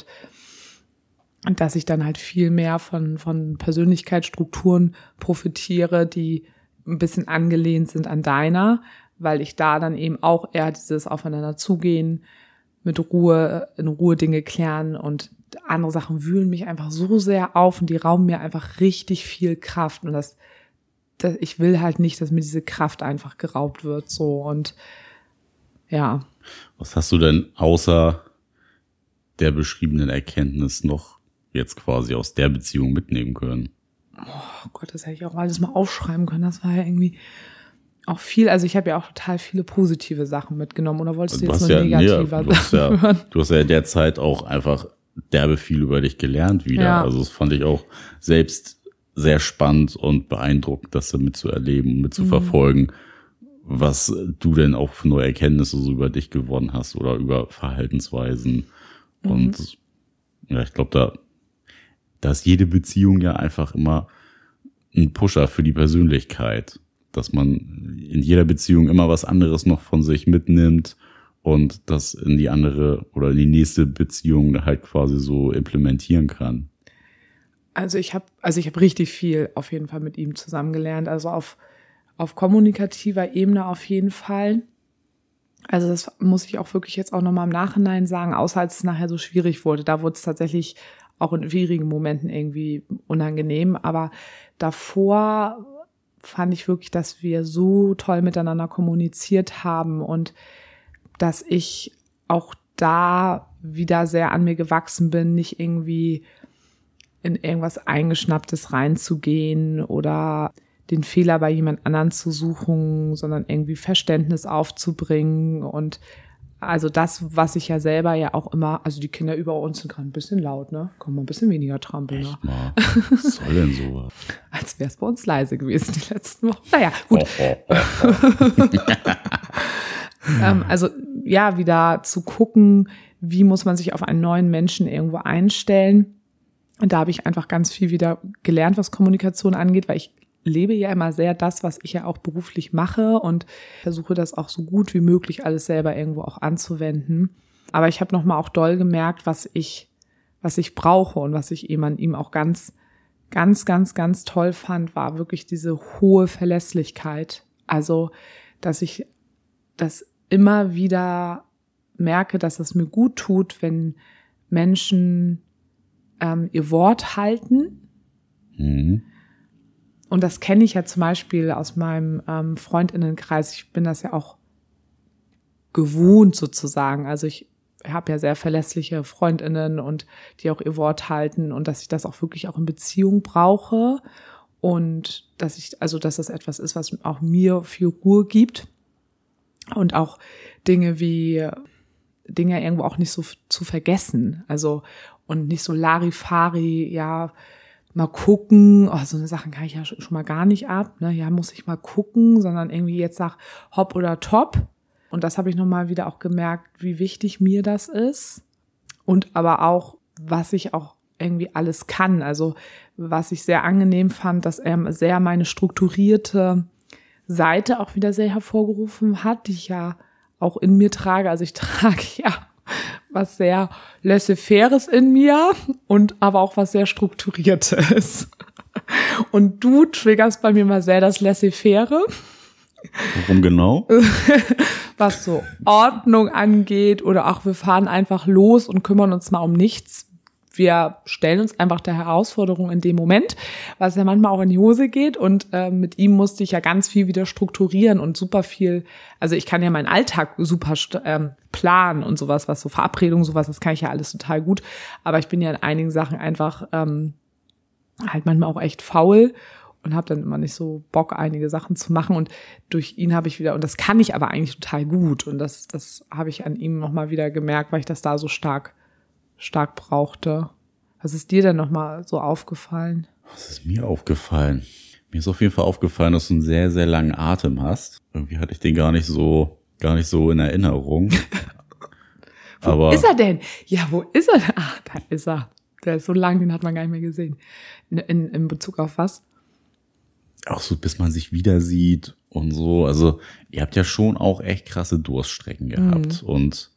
und dass ich dann halt viel mehr von, von Persönlichkeitsstrukturen profitiere, die ein bisschen angelehnt sind an deiner, weil ich da dann eben auch eher dieses Aufeinander zugehen, mit Ruhe, in Ruhe Dinge klären und andere Sachen wühlen mich einfach so sehr auf und die rauben mir einfach richtig viel Kraft und das ich will halt nicht, dass mir diese Kraft einfach geraubt wird, so und ja. Was hast du denn außer der beschriebenen Erkenntnis noch jetzt quasi aus der Beziehung mitnehmen können? Oh Gott, das hätte ich auch alles mal aufschreiben können. Das war ja irgendwie auch viel. Also ich habe ja auch total viele positive Sachen mitgenommen. Oder wolltest du, du jetzt nur ja, negativer nee, du hast ja, hören? Du hast ja in der Zeit auch einfach derbe viel über dich gelernt wieder. Ja. Also das fand ich auch selbst sehr spannend und beeindruckend, das so mitzuerleben und mitzuverfolgen, mhm. was du denn auch für neue Erkenntnisse so über dich gewonnen hast oder über Verhaltensweisen. Mhm. Und ja, ich glaube, da, da ist jede Beziehung ja einfach immer ein Pusher für die Persönlichkeit, dass man in jeder Beziehung immer was anderes noch von sich mitnimmt und das in die andere oder in die nächste Beziehung halt quasi so implementieren kann. Also ich habe also ich habe richtig viel auf jeden Fall mit ihm zusammen gelernt, also auf auf kommunikativer Ebene auf jeden Fall. Also das muss ich auch wirklich jetzt auch nochmal im Nachhinein sagen, außer als es nachher so schwierig wurde. Da wurde es tatsächlich auch in schwierigen Momenten irgendwie unangenehm, aber davor fand ich wirklich, dass wir so toll miteinander kommuniziert haben und dass ich auch da wieder sehr an mir gewachsen bin, nicht irgendwie in irgendwas Eingeschnapptes reinzugehen oder den Fehler bei jemand anderen zu suchen, sondern irgendwie Verständnis aufzubringen und also das, was ich ja selber ja auch immer, also die Kinder über uns sind gerade ein bisschen laut, ne? Kann man ein bisschen weniger trampeln. Echt mal. Was soll denn sowas? Als wäre es bei uns leise gewesen die letzten Wochen. Naja, gut. Oh, oh, oh, oh. ähm, also ja, wieder zu gucken, wie muss man sich auf einen neuen Menschen irgendwo einstellen. Und da habe ich einfach ganz viel wieder gelernt, was Kommunikation angeht, weil ich lebe ja immer sehr das, was ich ja auch beruflich mache und versuche das auch so gut wie möglich alles selber irgendwo auch anzuwenden. Aber ich habe nochmal auch doll gemerkt, was ich, was ich brauche und was ich eben an ihm auch ganz, ganz, ganz, ganz toll fand, war wirklich diese hohe Verlässlichkeit. Also, dass ich das immer wieder merke, dass es mir gut tut, wenn Menschen ähm, ihr Wort halten. Mhm. Und das kenne ich ja zum Beispiel aus meinem ähm, Freundinnenkreis. Ich bin das ja auch gewohnt sozusagen. Also ich habe ja sehr verlässliche Freundinnen und die auch ihr Wort halten und dass ich das auch wirklich auch in Beziehung brauche und dass ich, also dass das etwas ist, was auch mir viel Ruhe gibt und auch Dinge wie Dinge irgendwo auch nicht so zu vergessen. Also und nicht so Larifari, ja, mal gucken, oh, so eine Sachen kann ich ja schon mal gar nicht ab, ne, ja, muss ich mal gucken, sondern irgendwie jetzt sag hopp oder top. Und das habe ich nochmal wieder auch gemerkt, wie wichtig mir das ist und aber auch, was ich auch irgendwie alles kann. Also was ich sehr angenehm fand, dass er sehr meine strukturierte Seite auch wieder sehr hervorgerufen hat, die ich ja auch in mir trage. Also ich trage ja was sehr laissez-faires in mir und aber auch was sehr strukturiertes. Und du triggerst bei mir mal sehr das laissez-faire. Warum genau? Was so Ordnung angeht oder auch wir fahren einfach los und kümmern uns mal um nichts. Wir stellen uns einfach der Herausforderung in dem Moment, was ja manchmal auch in die Hose geht. Und äh, mit ihm musste ich ja ganz viel wieder strukturieren und super viel, also ich kann ja meinen Alltag super ähm, planen und sowas, was so Verabredungen, sowas, das kann ich ja alles total gut. Aber ich bin ja in einigen Sachen einfach ähm, halt manchmal auch echt faul und habe dann immer nicht so Bock, einige Sachen zu machen. Und durch ihn habe ich wieder, und das kann ich aber eigentlich total gut. Und das, das habe ich an ihm nochmal wieder gemerkt, weil ich das da so stark stark brauchte. Was ist dir denn nochmal so aufgefallen? Was ist mir aufgefallen? Mir ist auf jeden Fall aufgefallen, dass du einen sehr, sehr langen Atem hast. Irgendwie hatte ich den gar nicht so, gar nicht so in Erinnerung. Wo Aber ist er denn? Ja, wo ist er denn? Ach, da ist er. Der ist so lang, den hat man gar nicht mehr gesehen. In, in, in Bezug auf was? Auch so, bis man sich wieder sieht und so. Also, ihr habt ja schon auch echt krasse Durststrecken gehabt. Mhm. Und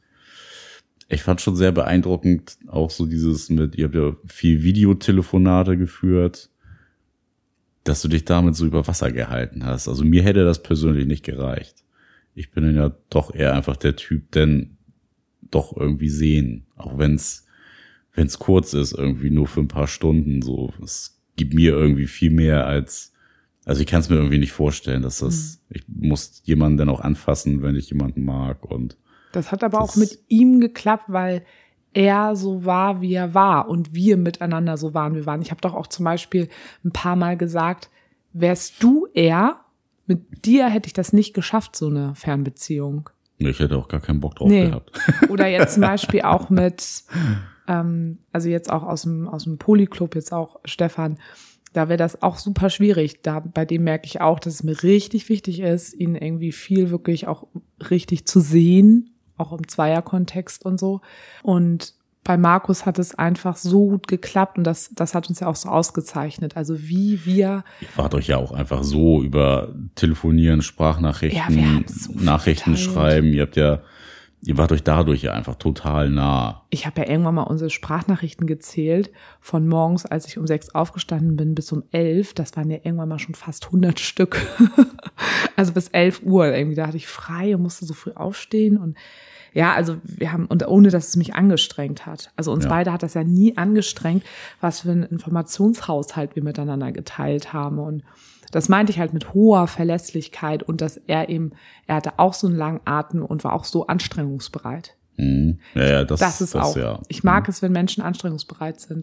ich fand schon sehr beeindruckend, auch so dieses mit, ihr habt ja viel Videotelefonate geführt, dass du dich damit so über Wasser gehalten hast. Also mir hätte das persönlich nicht gereicht. Ich bin dann ja doch eher einfach der Typ, denn doch irgendwie sehen, auch wenn es wenn es kurz ist, irgendwie nur für ein paar Stunden so. Es gibt mir irgendwie viel mehr als, also ich kann es mir irgendwie nicht vorstellen, dass das, mhm. ich muss jemanden dann auch anfassen, wenn ich jemanden mag und das hat aber das auch mit ihm geklappt, weil er so war, wie er war und wir miteinander so waren, wie wir waren. Ich habe doch auch zum Beispiel ein paar Mal gesagt, wärst du er, mit dir hätte ich das nicht geschafft, so eine Fernbeziehung. Ich hätte auch gar keinen Bock drauf nee. gehabt. Oder jetzt zum Beispiel auch mit, ähm, also jetzt auch aus dem aus dem Polyclub, jetzt auch Stefan, da wäre das auch super schwierig. Da bei dem merke ich auch, dass es mir richtig wichtig ist, ihn irgendwie viel wirklich auch richtig zu sehen, auch im Zweierkontext und so. Und bei Markus hat es einfach so gut geklappt und das, das hat uns ja auch so ausgezeichnet. Also wie wir... Ihr wart euch ja auch einfach so über Telefonieren, Sprachnachrichten, ja, so Nachrichten geteilt. Schreiben. Ihr habt ja, ihr wart euch dadurch ja einfach total nah. Ich habe ja irgendwann mal unsere Sprachnachrichten gezählt, von morgens, als ich um sechs aufgestanden bin, bis um elf. Das waren ja irgendwann mal schon fast hundert Stück. Also bis elf Uhr irgendwie, da hatte ich frei und musste so früh aufstehen und ja, also wir haben, und ohne, dass es mich angestrengt hat. Also uns ja. beide hat das ja nie angestrengt, was für einen Informationshaushalt wir miteinander geteilt haben. Und das meinte ich halt mit hoher Verlässlichkeit und dass er eben, er hatte auch so einen langen Atem und war auch so anstrengungsbereit. Mhm. Ja, ja, das, das ist das, auch. Ja. Ich mag mhm. es, wenn Menschen anstrengungsbereit sind.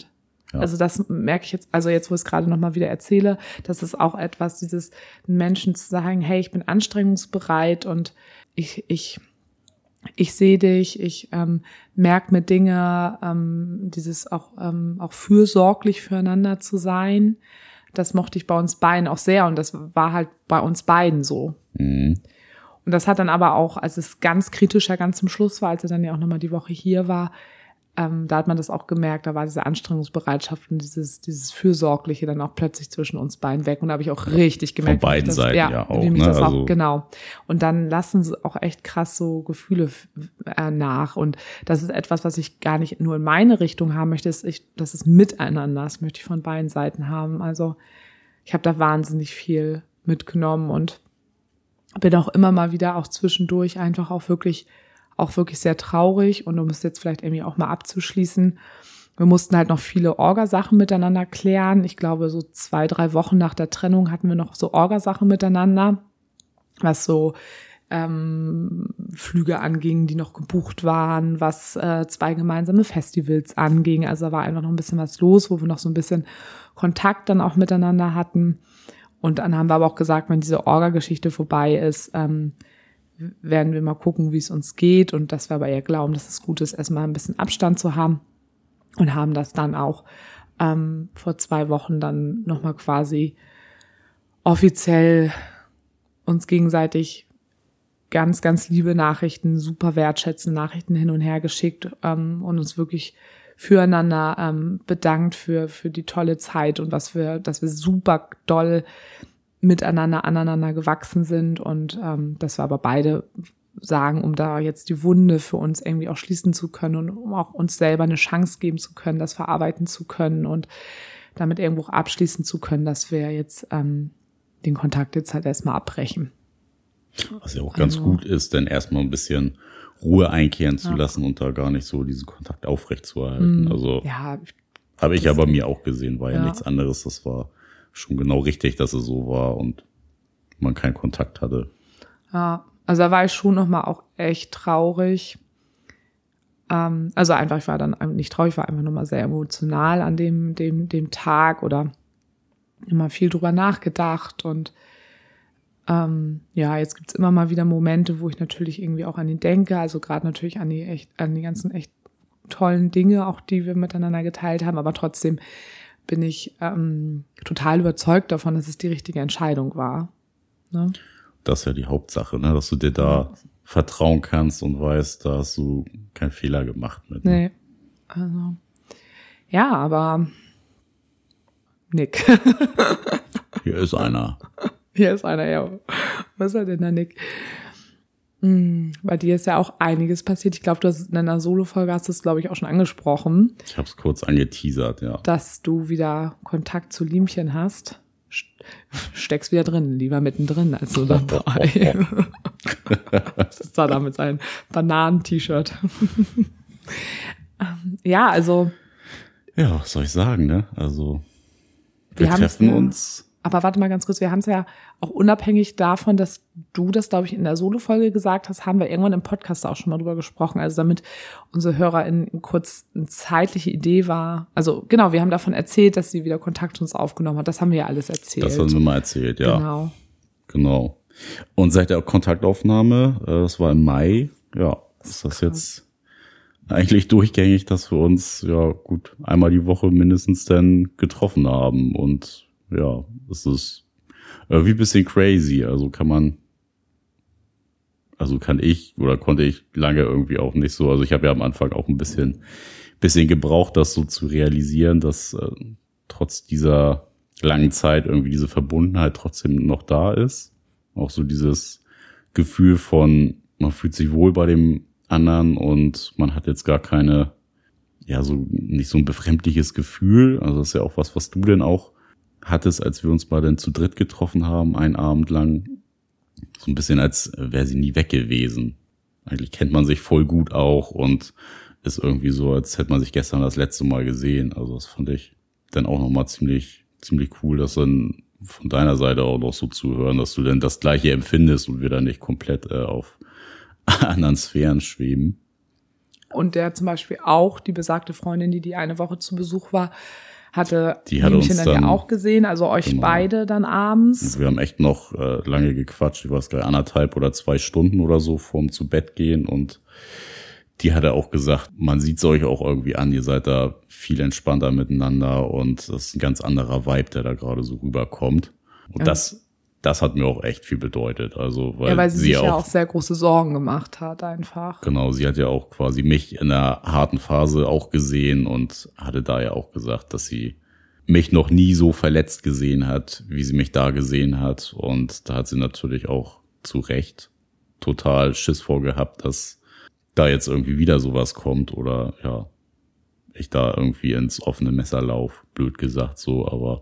Ja. Also das merke ich jetzt, also jetzt, wo ich es gerade nochmal wieder erzähle, das ist auch etwas, dieses Menschen zu sagen, hey, ich bin anstrengungsbereit und ich, ich, ich sehe dich, ich ähm, merke mir Dinge, ähm, dieses auch, ähm, auch fürsorglich füreinander zu sein. Das mochte ich bei uns beiden auch sehr und das war halt bei uns beiden so. Mhm. Und das hat dann aber auch, als es ganz kritischer ganz zum Schluss war, als er dann ja auch nochmal die Woche hier war, ähm, da hat man das auch gemerkt, da war diese Anstrengungsbereitschaft und dieses dieses Fürsorgliche dann auch plötzlich zwischen uns beiden weg. Und da habe ich auch richtig gemerkt, von beiden das, Seiten ja, ja auch. wie mich Ne? das also auch, genau. Und dann lassen sie auch echt krass so Gefühle äh, nach. Und das ist etwas, was ich gar nicht nur in meine Richtung haben möchte, das ist, das ist miteinander, das möchte ich von beiden Seiten haben. Also ich habe da wahnsinnig viel mitgenommen und bin auch immer mal wieder auch zwischendurch einfach auch wirklich auch wirklich sehr traurig und um es jetzt vielleicht irgendwie auch mal abzuschließen, wir mussten halt noch viele Orgasachen miteinander klären. Ich glaube, so zwei, drei Wochen nach der Trennung hatten wir noch so Orgasachen miteinander, was so ähm, Flüge anging, die noch gebucht waren, was äh, zwei gemeinsame Festivals anging. Also da war einfach noch ein bisschen was los, wo wir noch so ein bisschen Kontakt dann auch miteinander hatten. Und dann haben wir aber auch gesagt, wenn diese Orga-Geschichte vorbei ist, ähm, werden wir mal gucken, wie es uns geht und dass wir aber eher glauben, dass es gut ist, erstmal ein bisschen Abstand zu haben und haben das dann auch ähm, vor zwei Wochen dann nochmal quasi offiziell uns gegenseitig ganz, ganz liebe Nachrichten, super wertschätzende Nachrichten hin und her geschickt ähm, und uns wirklich füreinander ähm, bedankt für für die tolle Zeit und was wir, dass wir super doll miteinander, aneinander gewachsen sind und ähm, dass wir aber beide sagen, um da jetzt die Wunde für uns irgendwie auch schließen zu können und um auch uns selber eine Chance geben zu können, das verarbeiten zu können und damit irgendwo abschließen zu können, dass wir jetzt ähm, den Kontakt jetzt halt erstmal abbrechen. Was ja auch ganz also, gut ist, denn erstmal ein bisschen Ruhe einkehren zu ja. lassen und da gar nicht so diesen Kontakt aufrechtzuerhalten. Mm, Also ja, habe ich ja bei mir auch gesehen, war ja, ja nichts anderes. Das war schon genau richtig, dass es so war und man keinen Kontakt hatte. Ja, also da war ich schon nochmal auch echt traurig. Ähm, also einfach, ich war dann nicht traurig, ich war einfach nochmal sehr emotional an dem, dem, dem Tag oder immer viel drüber nachgedacht und ähm, ja, jetzt gibt's immer mal wieder Momente, wo ich natürlich irgendwie auch an ihn denke, also gerade natürlich an die echt, an die ganzen echt tollen Dinge, auch die wir miteinander geteilt haben, aber trotzdem bin ich ähm, total überzeugt davon, dass es die richtige Entscheidung war. Ne? Das ist ja die Hauptsache, ne? Dass du dir da ja. vertrauen kannst und weißt, da hast du keinen Fehler gemacht mit. Ne? Nee, also ja, aber Nick. Hier ist einer. Hier ist einer, ja. Was ist denn da, Nick? Hm, bei dir ist ja auch einiges passiert. Ich glaube, du hast in einer Solo-Folge hast du es, glaube ich, auch schon angesprochen. Ich habe es kurz angeteasert, ja. Dass du wieder Kontakt zu Liemchen hast. Steckst wieder drin, lieber mittendrin als so dabei. Das ist da mit seinem Bananen-T-Shirt. Ja, also. Ja, was soll ich sagen, ne? Also, wir, wir treffen uns. Aber warte mal ganz kurz, wir haben es ja auch unabhängig davon, dass du das, glaube ich, in der Solo-Folge gesagt hast, haben wir irgendwann im Podcast auch schon mal drüber gesprochen. Also damit unsere HörerInnen kurz eine zeitliche Idee war. Also genau, wir haben davon erzählt, dass sie wieder Kontakt zu uns aufgenommen hat. Das haben wir ja alles erzählt. Das haben wir mal erzählt, ja. Genau. Genau. Und seit der Kontaktaufnahme, das war im Mai, ja, ist das jetzt eigentlich durchgängig, dass wir uns ja gut einmal die Woche mindestens dann getroffen haben. Und ja, es ist irgendwie ein bisschen crazy. Also kann man, also kann ich oder konnte ich lange irgendwie auch nicht so. Also ich habe ja am Anfang auch ein bisschen, bisschen gebraucht, das so zu realisieren, dass äh, trotz dieser langen Zeit irgendwie diese Verbundenheit trotzdem noch da ist. Auch so dieses Gefühl von, man fühlt sich wohl bei dem anderen und man hat jetzt gar keine, ja, so nicht so ein befremdliches Gefühl. Also das ist ja auch was, was du denn auch hattest, als wir uns mal dann zu dritt getroffen haben, einen Abend lang. So ein bisschen, als wäre sie nie weg gewesen. Eigentlich kennt man sich voll gut auch und ist irgendwie so, als hätte man sich gestern das letzte Mal gesehen. Also das fand ich dann auch nochmal ziemlich, ziemlich cool, das dann von deiner Seite auch noch so zu hören, dass du denn das Gleiche empfindest und wir dann nicht komplett äh, auf anderen Sphären schweben. Und der zum Beispiel auch, die besagte Freundin, die die eine Woche zu Besuch war, hatte die hatte Liemchen uns dann dann ja auch gesehen, also euch genau. beide dann abends. Wir haben echt noch äh, lange gequatscht, ich weiß gar nicht, anderthalb oder zwei Stunden oder so vorm zu Bett gehen und die hat er auch gesagt, man sieht es euch auch irgendwie an, ihr seid da viel entspannter miteinander und das ist ein ganz anderer Vibe, der da gerade so rüberkommt. Und ja. das das hat mir auch echt viel bedeutet. Also, weil, ja, weil sie, sie sich ja auch, auch sehr große Sorgen gemacht hat einfach. Genau, sie hat ja auch quasi mich in der harten Phase auch gesehen und hatte da ja auch gesagt, dass sie mich noch nie so verletzt gesehen hat, wie sie mich da gesehen hat. Und da hat sie natürlich auch zu Recht total Schiss vorgehabt, dass da jetzt irgendwie wieder sowas kommt oder ja, ich da irgendwie ins offene Messer lauf, blöd gesagt so, aber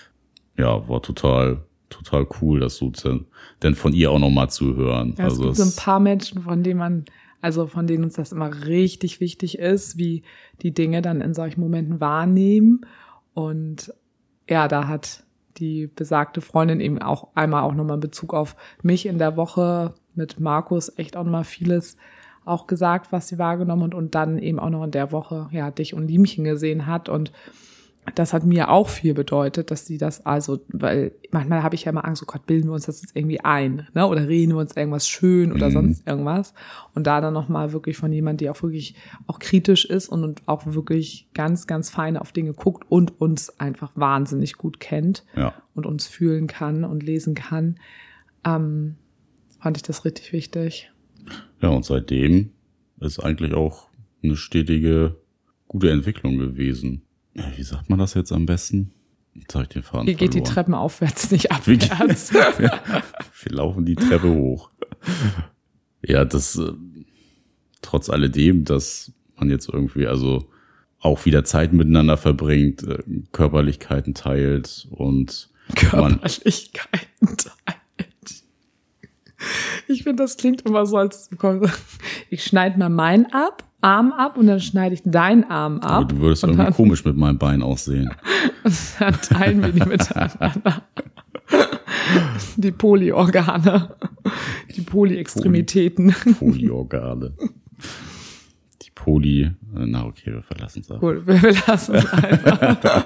ja, war total, total cool, das so zu, denn von ihr auch nochmal zu hören. Ja, es also gibt so ein paar Menschen, von denen man, also von denen uns das immer richtig wichtig ist, wie die Dinge dann in solchen Momenten wahrnehmen. Und ja, da hat die besagte Freundin eben auch einmal auch nochmal in Bezug auf mich in der Woche mit Markus echt auch nochmal vieles auch gesagt, was sie wahrgenommen hat und dann eben auch noch in der Woche ja dich und Liemchen gesehen hat und das hat mir auch viel bedeutet, dass sie das also, weil manchmal habe ich ja immer Angst, oh Gott, bilden wir uns das jetzt irgendwie ein, ne? Oder reden wir uns irgendwas schön oder mhm. sonst irgendwas. Und da dann nochmal wirklich von jemand, die auch wirklich auch kritisch ist und, und auch wirklich ganz, ganz fein auf Dinge guckt und uns einfach wahnsinnig gut kennt ja. und uns fühlen kann und lesen kann, ähm, fand ich das richtig wichtig. Ja, und seitdem ist eigentlich auch eine stetige, gute Entwicklung gewesen. Wie sagt man das jetzt am besten? Jetzt habe ich den Faden Hier geht verloren. die Treppen aufwärts, nicht abwärts. Wir, wir laufen die Treppe hoch. Ja, das äh, trotz alledem, dass man jetzt irgendwie also auch wieder Zeit miteinander verbringt, äh, Körperlichkeiten teilt und Körperlichkeiten teilt. Ich finde, das klingt immer so, als ich schneide mal meinen ab, Arm ab und dann schneide ich deinen Arm ab. Aber du würdest irgendwie dann, komisch mit meinem Bein aussehen. Dann teilen wir die miteinander. Die Polyorgane. Die Polyextremitäten. Poly- Polyorgane. Die Poly... Na okay, wir verlassen es. Cool, wir verlassen es einfach.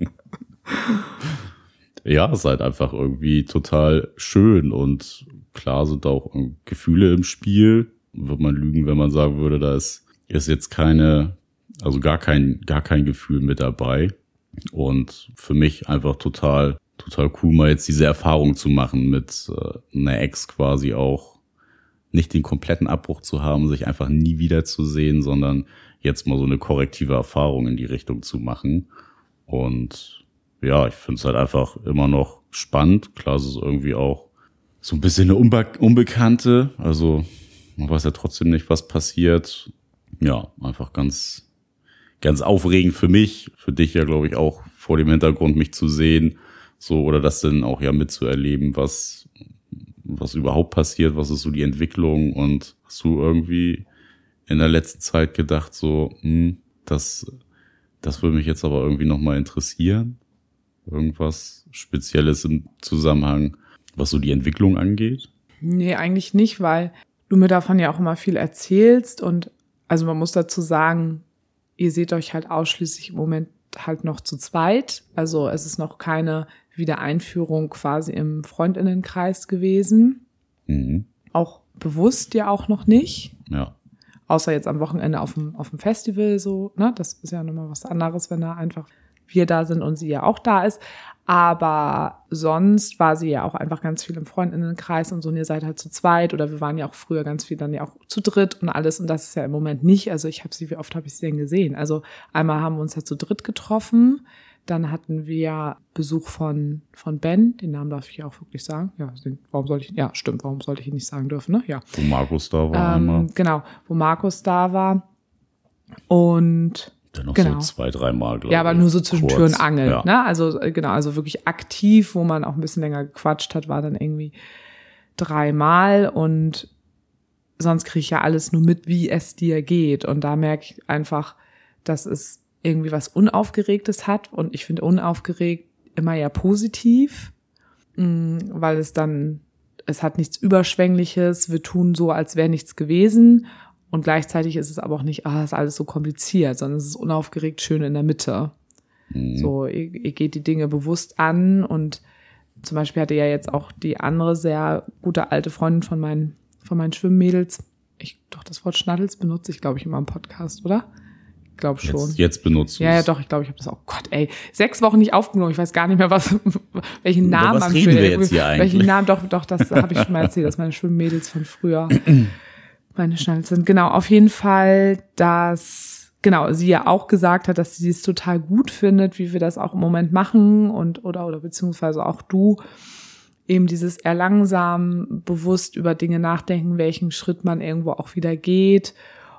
Ja, es ist halt einfach irgendwie total schön und klar sind auch Gefühle im Spiel. Würde man lügen, wenn man sagen würde, da ist ist jetzt keine, also gar kein, gar kein Gefühl mit dabei. Und für mich einfach total, total cool, mal jetzt diese Erfahrung zu machen, mit äh, einer Ex quasi auch nicht den kompletten Abbruch zu haben, sich einfach nie wiederzusehen, sondern jetzt mal so eine korrektive Erfahrung in die Richtung zu machen. Und ja, ich finde es halt einfach immer noch spannend. Klar, es ist irgendwie auch so ein bisschen eine Unbe- Unbekannte. Also man weiß ja trotzdem nicht, was passiert. Ja, einfach ganz, ganz aufregend für mich, für dich ja, glaube ich, auch vor dem Hintergrund, mich zu sehen, so, oder das dann auch ja mitzuerleben, was, was überhaupt passiert, was ist so die Entwicklung und hast du irgendwie in der letzten Zeit gedacht, so, hm, das, das würde mich jetzt aber irgendwie nochmal interessieren? Irgendwas Spezielles im Zusammenhang, was so die Entwicklung angeht? Nee, eigentlich nicht, weil du mir davon ja auch immer viel erzählst und also man muss dazu sagen, ihr seht euch halt ausschließlich im Moment halt noch zu zweit. Also es ist noch keine Wiedereinführung quasi im Freundinnenkreis gewesen. Mhm. Auch bewusst ja auch noch nicht. Ja. Außer jetzt am Wochenende auf dem, auf dem Festival so, ne? Das ist ja nochmal was anderes, wenn da einfach wir da sind und sie ja auch da ist. Aber sonst war sie ja auch einfach ganz viel im Freundinnenkreis und so, und ihr seid halt zu zweit oder wir waren ja auch früher ganz viel dann ja auch zu dritt und alles und das ist ja im Moment nicht. Also ich habe sie, wie oft habe ich sie denn gesehen? Also einmal haben wir uns ja zu dritt getroffen, dann hatten wir Besuch von von Ben, den Namen darf ich ja auch wirklich sagen. Ja, warum soll ich, ja stimmt, warum sollte ich ihn nicht sagen dürfen, ne? Ja. Wo Markus da war ähm, einmal. Genau, wo Markus da war und Dann noch genau. so zwei, dreimal, glaube ich. Ja, aber nur so zwischen kurz. Tür und Angel, ja. ne? Also genau, also wirklich aktiv, wo man auch ein bisschen länger gequatscht hat, war dann irgendwie dreimal und sonst kriege ich ja alles nur mit, wie es dir geht. Und da merke ich einfach, dass es irgendwie was Unaufgeregtes hat. Und ich finde unaufgeregt immer ja positiv, weil es dann, es hat nichts Überschwängliches, wir tun so, als wäre nichts gewesen. Und gleichzeitig ist es aber auch nicht, ah, ist alles so kompliziert, sondern es ist unaufgeregt schön in der Mitte. Mhm. So, ihr, ihr geht die Dinge bewusst an und zum Beispiel hatte ja jetzt auch die andere sehr gute alte Freundin von meinen, von meinen Schwimmmädels. Ich, doch, das Wort Schnaddels benutze ich, glaube ich, immer im Podcast, oder? Ich glaube schon. Jetzt, jetzt benutzt du Ja, es. ja, doch, ich glaube, ich habe das auch. Gott, ey, sechs Wochen nicht aufgenommen. Ich weiß gar nicht mehr, was, welchen Über Namen was man reden für wir jetzt hier eigentlich? welchen Namen, doch, doch, das habe ich schon mal erzählt, dass meine Schwimmmädels von früher meine Schnaddels sind. Genau, auf jeden Fall, dass, genau, sie ja auch gesagt hat, dass sie es total gut findet, wie wir das auch im Moment machen und, oder, oder beziehungsweise auch du, eben dieses eher langsam, bewusst über Dinge nachdenken, welchen Schritt man irgendwo auch wieder geht.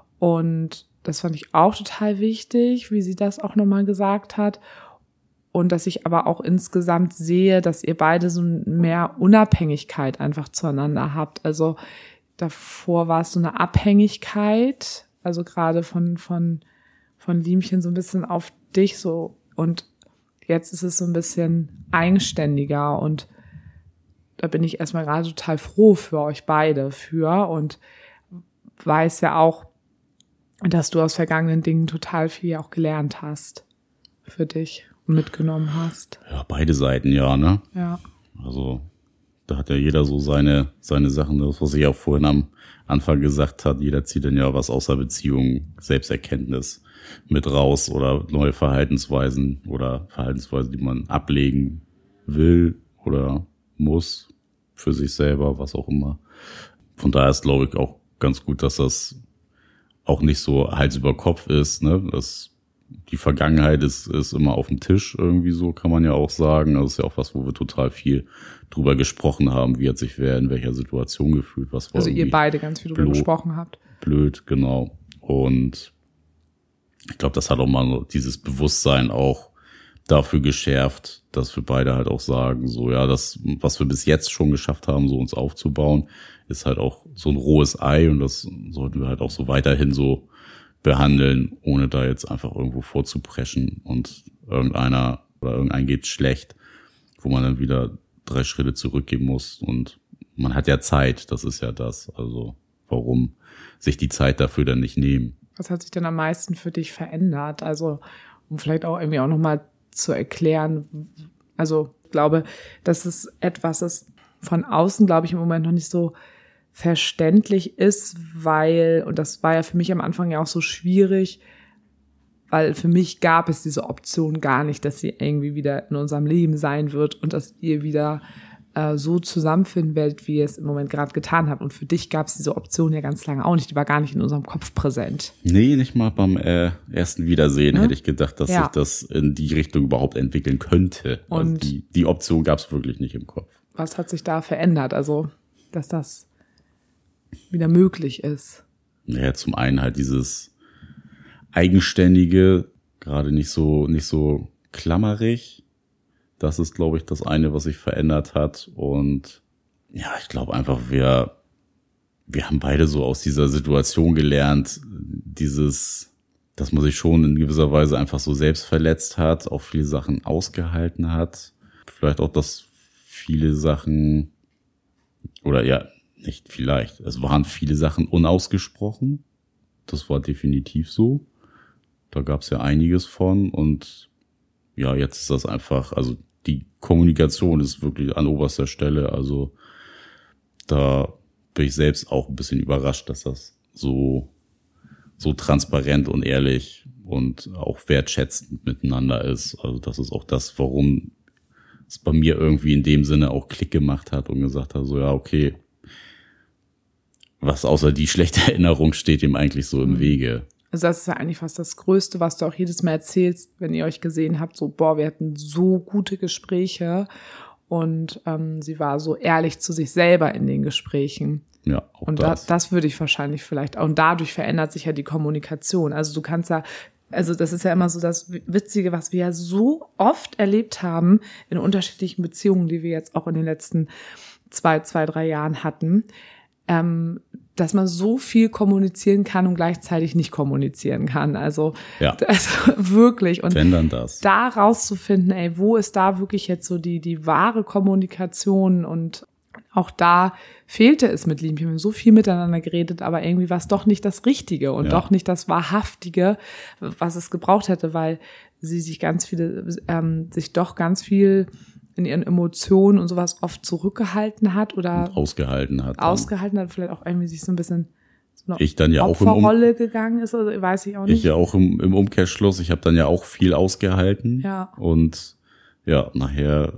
Und das fand ich auch total wichtig, wie sie das auch nochmal gesagt hat. Und dass ich aber auch insgesamt sehe, dass ihr beide so mehr Unabhängigkeit einfach zueinander habt. Also davor war es so eine Abhängigkeit, also gerade von, von, von Liemchen so ein bisschen auf dich so. Und jetzt ist es so ein bisschen eigenständiger und da bin ich erstmal gerade total froh für euch beide für und weiß ja auch, dass du aus vergangenen Dingen total viel auch gelernt hast für dich und mitgenommen hast. Ja, beide Seiten, ja, ne? Ja. Also da hat ja jeder so seine seine Sachen, das, was ich auch vorhin am Anfang gesagt hat, jeder zieht dann ja was aus der Beziehung, Selbsterkenntnis mit raus oder neue Verhaltensweisen oder Verhaltensweisen, die man ablegen will oder muss für sich selber, was auch immer. Von daher ist, glaube ich, auch ganz gut, dass das auch nicht so Hals über Kopf ist, ne? Das, die Vergangenheit ist, ist immer auf dem Tisch irgendwie so, kann man ja auch sagen. Das ist ja auch was, wo wir total viel drüber gesprochen haben, wie hat sich wer in welcher Situation gefühlt, was war Also ihr beide ganz viel drüber blöd, gesprochen habt. Blöd, genau. Und ich glaube, das hat auch mal so dieses Bewusstsein auch dafür geschärft, dass wir beide halt auch sagen, so ja, das, was wir bis jetzt schon geschafft haben, so uns aufzubauen, ist halt auch so ein rohes Ei und das sollten wir halt auch so weiterhin so behandeln, ohne da jetzt einfach irgendwo vorzupreschen und irgendeiner oder irgendein geht schlecht, wo man dann wieder drei Schritte zurückgehen muss und man hat ja Zeit, das ist ja das, also warum sich die Zeit dafür dann nicht nehmen? Was hat sich denn am meisten für dich verändert? Also um vielleicht auch irgendwie auch nochmal zu erklären, also ich glaube, dass es etwas ist von außen, glaube ich, im Moment noch nicht so verständlich ist, weil, und das war ja für mich am Anfang ja auch so schwierig, weil für mich gab es diese Option gar nicht, dass sie irgendwie wieder in unserem Leben sein wird und dass ihr wieder äh, so zusammenfinden werdet, wie ihr es im Moment gerade getan habt. Und für dich gab es diese Option ja ganz lange auch nicht, die war gar nicht in unserem Kopf präsent. Nee, nicht mal beim äh, ersten Wiedersehen, ja? Hätte ich gedacht, dass ja. sich das in die Richtung überhaupt entwickeln könnte. Und also die, die Option gab es wirklich nicht im Kopf. Was hat sich da verändert? Also, dass das wieder möglich ist. Naja, zum einen halt dieses Eigenständige, gerade nicht so, nicht so klammerig. Das ist, glaube ich, das eine, was sich verändert hat. Und ja, ich glaube einfach, wir, wir haben beide so aus dieser Situation gelernt, dieses, dass man sich schon in gewisser Weise einfach so selbst verletzt hat, auch viele Sachen ausgehalten hat. Vielleicht auch, dass viele Sachen, oder ja, nicht vielleicht, es waren viele Sachen unausgesprochen. Das war definitiv so. Da gab es ja einiges von und ja, jetzt ist das einfach, also die Kommunikation ist wirklich an oberster Stelle. Also da bin ich selbst auch ein bisschen überrascht, dass das so, so transparent und ehrlich und auch wertschätzend miteinander ist. Also das ist auch das, warum es bei mir irgendwie in dem Sinne auch Klick gemacht hat und gesagt hat, so ja, okay, was außer die schlechte Erinnerung steht ihm eigentlich so im Wege. Also das ist ja eigentlich fast das Größte, was du auch jedes Mal erzählst, wenn ihr euch gesehen habt, so boah, wir hatten so gute Gespräche und ähm, sie war so ehrlich zu sich selber in den Gesprächen. Ja, auch und das. Da, das würde ich wahrscheinlich vielleicht, und dadurch verändert sich ja die Kommunikation. Also du kannst ja, also das ist ja immer so das Witzige, was wir ja so oft erlebt haben in unterschiedlichen Beziehungen, die wir jetzt auch in den letzten zwei, zwei, drei Jahren hatten, ähm, dass man so viel kommunizieren kann und gleichzeitig nicht kommunizieren kann. Also, ja. also wirklich. Und wenn dann das. Da rauszufinden, ey, wo ist da wirklich jetzt so die die wahre Kommunikation und auch da fehlte es mit Liebchen. Wir haben so viel miteinander geredet, aber irgendwie war es doch nicht das Richtige und ja. doch nicht das Wahrhaftige, was es gebraucht hätte, weil sie sich ganz viele, ähm, sich doch ganz viel in ihren Emotionen und sowas oft zurückgehalten hat oder und ausgehalten hat. Ausgehalten hat, vielleicht auch irgendwie sich so ein bisschen so eine ich dann ja Opferrolle auch im um- gegangen ist, also weiß ich auch nicht. Ich ja auch im, im Umkehrschluss, ich habe dann ja auch viel ausgehalten. Ja. Und ja, nachher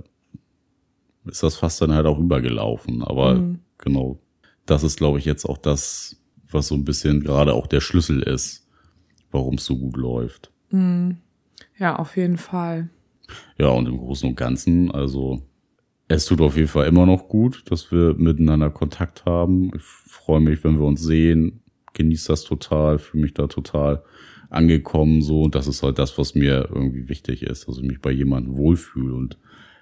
ist das fast dann halt auch übergelaufen. Aber mhm. genau, das ist, glaube ich, jetzt auch das, was so ein bisschen gerade auch der Schlüssel ist, warum es so gut läuft. Mhm. Ja, auf jeden Fall. Ja, und im Großen und Ganzen, also es tut auf jeden Fall immer noch gut, dass wir miteinander Kontakt haben. Ich freue mich, wenn wir uns sehen, genieße das total, fühle mich da total angekommen so. Und das ist halt das, was mir irgendwie wichtig ist, dass ich mich bei jemandem wohlfühle. Und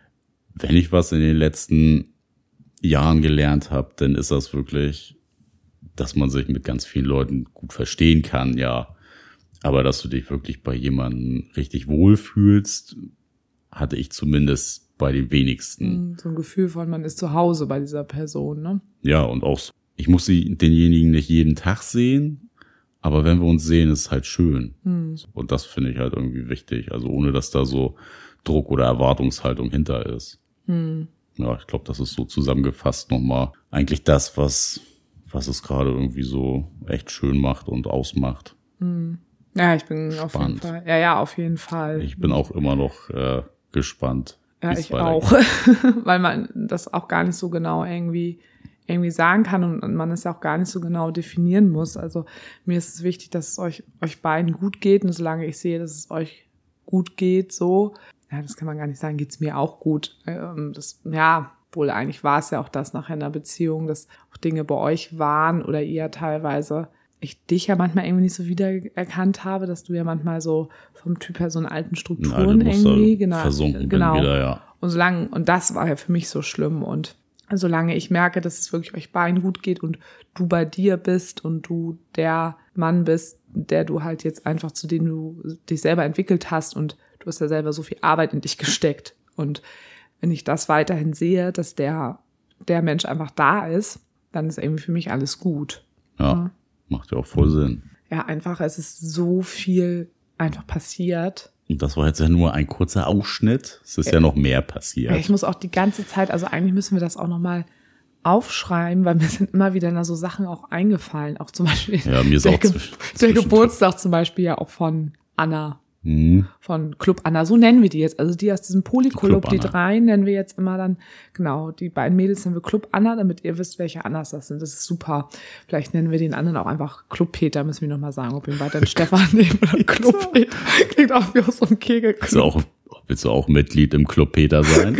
wenn ich was in den letzten Jahren gelernt habe, dann ist das wirklich, dass man sich mit ganz vielen Leuten gut verstehen kann, ja. Aber dass du dich wirklich bei jemandem richtig wohlfühlst, hatte ich zumindest bei den wenigsten. So ein Gefühl von, man ist zu Hause bei dieser Person, ne? Ja, und auch, ich muss sie, denjenigen nicht jeden Tag sehen, aber wenn wir uns sehen, ist es halt schön. Hm. Und das finde ich halt irgendwie wichtig. Also ohne, dass da so Druck oder Erwartungshaltung hinter ist. Hm. Ja, ich glaube, das ist so zusammengefasst nochmal eigentlich das, was, was es gerade irgendwie so echt schön macht und ausmacht. Hm. Ja, ich bin Spannend. auf jeden Fall. Ja, ja, auf jeden Fall. Ich bin auch immer noch äh, gespannt. Ja, ich auch. Weil man das auch gar nicht so genau irgendwie irgendwie sagen kann und man es ja auch gar nicht so genau definieren muss. Also mir ist es wichtig, dass es euch euch beiden gut geht und solange ich sehe, dass es euch gut geht, so, ja, das kann man gar nicht sagen, geht's mir auch gut. Das, ja, wohl eigentlich war es ja auch das nachher in einer Beziehung, dass auch Dinge bei euch waren oder ihr teilweise ich dich ja manchmal irgendwie nicht so wiedererkannt habe, dass du ja manchmal so vom Typ her so in alten Strukturen Alte irgendwie genau, versunken genau. bin wieder, ja. Und solange, und das war ja für mich so schlimm und solange ich merke, dass es wirklich euch beiden gut geht und du bei dir bist und du der Mann bist, der du halt jetzt einfach, zu dem du dich selber entwickelt hast und du hast ja selber so viel Arbeit in dich gesteckt und wenn ich das weiterhin sehe, dass der, der Mensch einfach da ist, dann ist irgendwie für mich alles gut. Ja. ja. Macht ja auch voll Sinn. Ja, einfach, es ist so viel einfach passiert. Und das war jetzt ja nur ein kurzer Ausschnitt. Es ist ja, ja noch mehr passiert. Ja, ich muss auch die ganze Zeit, also eigentlich müssen wir das auch nochmal aufschreiben, weil mir sind immer wieder da so Sachen auch eingefallen. Auch zum Beispiel ja, mir ist der, auch Ge- der Geburtstag zum Beispiel ja auch von Anna. Mhm. Von Club Anna, so nennen wir die jetzt. Also die aus diesem Polyclub, die, die drei nennen wir jetzt immer dann, genau, die beiden Mädels nennen wir Club Anna, damit ihr wisst, welche Annas das sind. Das ist super. Vielleicht nennen wir den anderen auch einfach Club Peter, müssen wir nochmal sagen, ob wir ihn weiter Stefan nehmen oder Club Peter. Klingt auch wie aus so einem Kegelclub. Willst du auch, willst du auch Mitglied im Club Peter sein?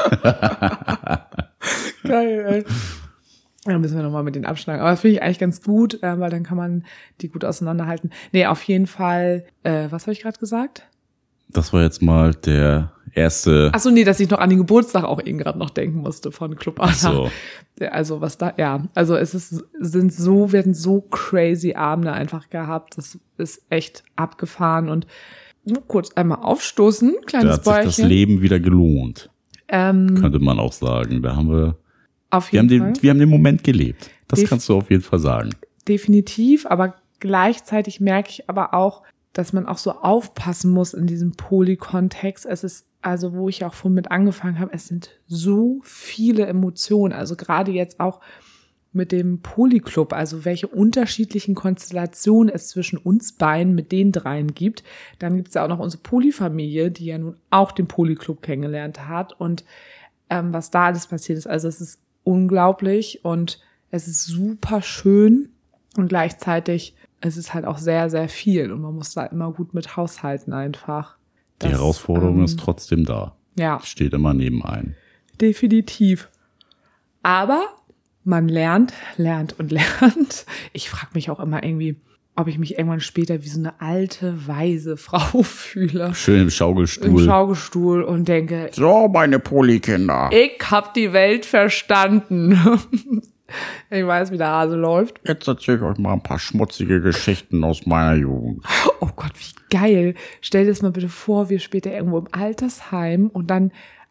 Geil, ey. Dann müssen wir nochmal mit denen abschlagen. Aber das finde ich eigentlich ganz gut, äh, weil dann kann man die gut auseinanderhalten. Nee, auf jeden Fall, äh, was habe ich gerade gesagt? Das war jetzt mal der erste... Ach so, nee, dass ich noch an den Geburtstag auch eben gerade noch denken musste von Club Anna. Ach so. Also was da, ja, also es ist, sind so, werden so crazy Abende einfach gehabt. Das ist echt abgefahren und nur kurz einmal aufstoßen, kleines Bäuchchen. Da hat sich das Leben wieder gelohnt, ähm, könnte man auch sagen. Da haben wir... Auf wir, jeden haben Fall. Den, wir haben den Moment gelebt. Das Def- kannst du auf jeden Fall sagen. Definitiv, aber gleichzeitig merke ich aber auch, dass man auch so aufpassen muss in diesem Poly-Kontext. Es ist, also wo ich auch vorhin mit angefangen habe, es sind so viele Emotionen. Also gerade jetzt auch mit dem Polyclub, also welche unterschiedlichen Konstellationen es zwischen uns beiden mit den dreien gibt. Dann gibt es ja auch noch unsere Polyfamilie, die ja nun auch den Polyclub kennengelernt hat und ähm, was da alles passiert ist. Also es ist unglaublich und es ist super schön und gleichzeitig es ist halt auch sehr, sehr viel und man muss da immer gut mit haushalten einfach. Das, die Herausforderung ähm, ist trotzdem da. Ja. Steht immer neben einem. Definitiv. Aber man lernt, lernt und lernt. Ich frage mich auch immer irgendwie, ob ich mich irgendwann später wie so eine alte, weise Frau fühle. Schön im Schaukelstuhl. Im Schaukelstuhl und denke, so, meine Polykinder. Ich hab die Welt verstanden. Ich weiß, wie der Hase läuft. Jetzt erzähle ich euch mal ein paar schmutzige Geschichten aus meiner Jugend. Oh Gott, wie geil. Stell dir das mal bitte vor, wir später irgendwo im Altersheim und dann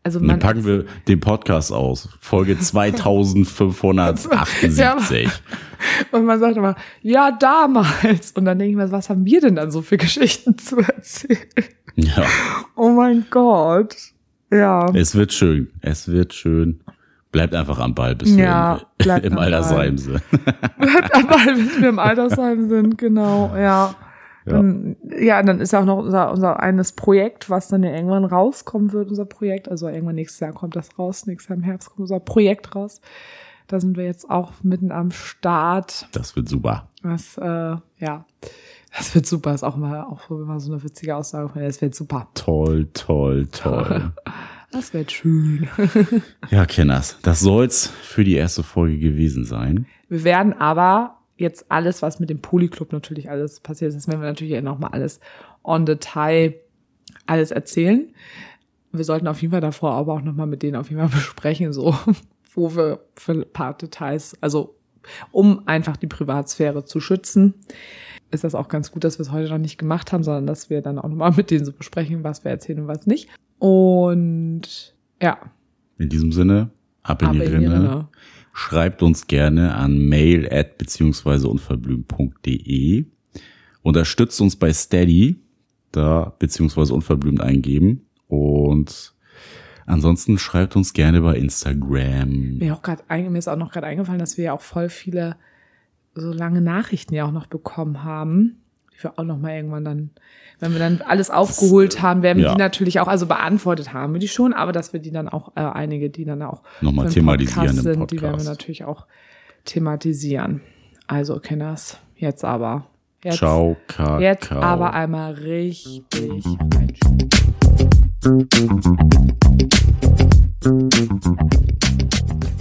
Also und man, dann packen wir den Podcast aus. Folge zweitausendfünfhundertachtundsiebzig. Ja, und man sagt immer, ja, damals. Und dann denke ich mir, was haben wir denn dann so für Geschichten zu erzählen? Ja. Oh mein Gott. Ja. Es wird schön. Es wird schön. Bleibt einfach am Ball, bis ja, wir im, im Altersheim sind. Bleibt am Ball, bis wir im Altersheim sind, genau, ja. Ja. Dann, ja, dann ist ja auch noch unser, unser eines Projekt, was dann ja irgendwann rauskommen wird, unser Projekt. Also irgendwann nächstes Jahr kommt das raus, nächstes Jahr im Herbst kommt unser Projekt raus. Da sind wir jetzt auch mitten am Start. Das wird super. Das, äh, ja, das wird super. Ist auch mal, auch immer so eine witzige Aussage von, das wird super. Toll, toll, toll. Das wird schön. Ja, Kenners, das soll's für die erste Folge gewesen sein. Wir werden aber jetzt alles, was mit dem Polyclub natürlich alles passiert ist, werden wir natürlich nochmal alles on Detail alles erzählen. Wir sollten auf jeden Fall davor aber auch nochmal mit denen auf jeden Fall besprechen, so, wo wir für ein paar Details, also um einfach die Privatsphäre zu schützen, ist das auch ganz gut, dass wir es heute noch nicht gemacht haben, sondern dass wir dann auch nochmal mit denen so besprechen, was wir erzählen und was nicht. Und ja. In diesem Sinne, ab in ab die in Rinne. Die Rinne. Schreibt uns gerne an mail at beziehungsweise unverblümt punkt de. Unterstützt uns bei Steady, da beziehungsweise unverblümt eingeben. Und ansonsten schreibt uns gerne bei Instagram. Mir, auch grad, mir ist auch noch gerade eingefallen, dass wir ja auch voll viele so lange Nachrichten ja auch noch bekommen haben, die wir auch noch mal irgendwann dann, wenn wir dann alles aufgeholt das, haben, werden wir ja. die natürlich auch, also beantwortet haben wir die schon, aber dass wir die dann auch, äh, einige, die dann auch nochmal thematisieren sind, im Podcast. Die werden wir natürlich auch thematisieren. Also, Kenners, jetzt aber. Jetzt, Ciao, Kakao. Jetzt aber einmal richtig reinschauen.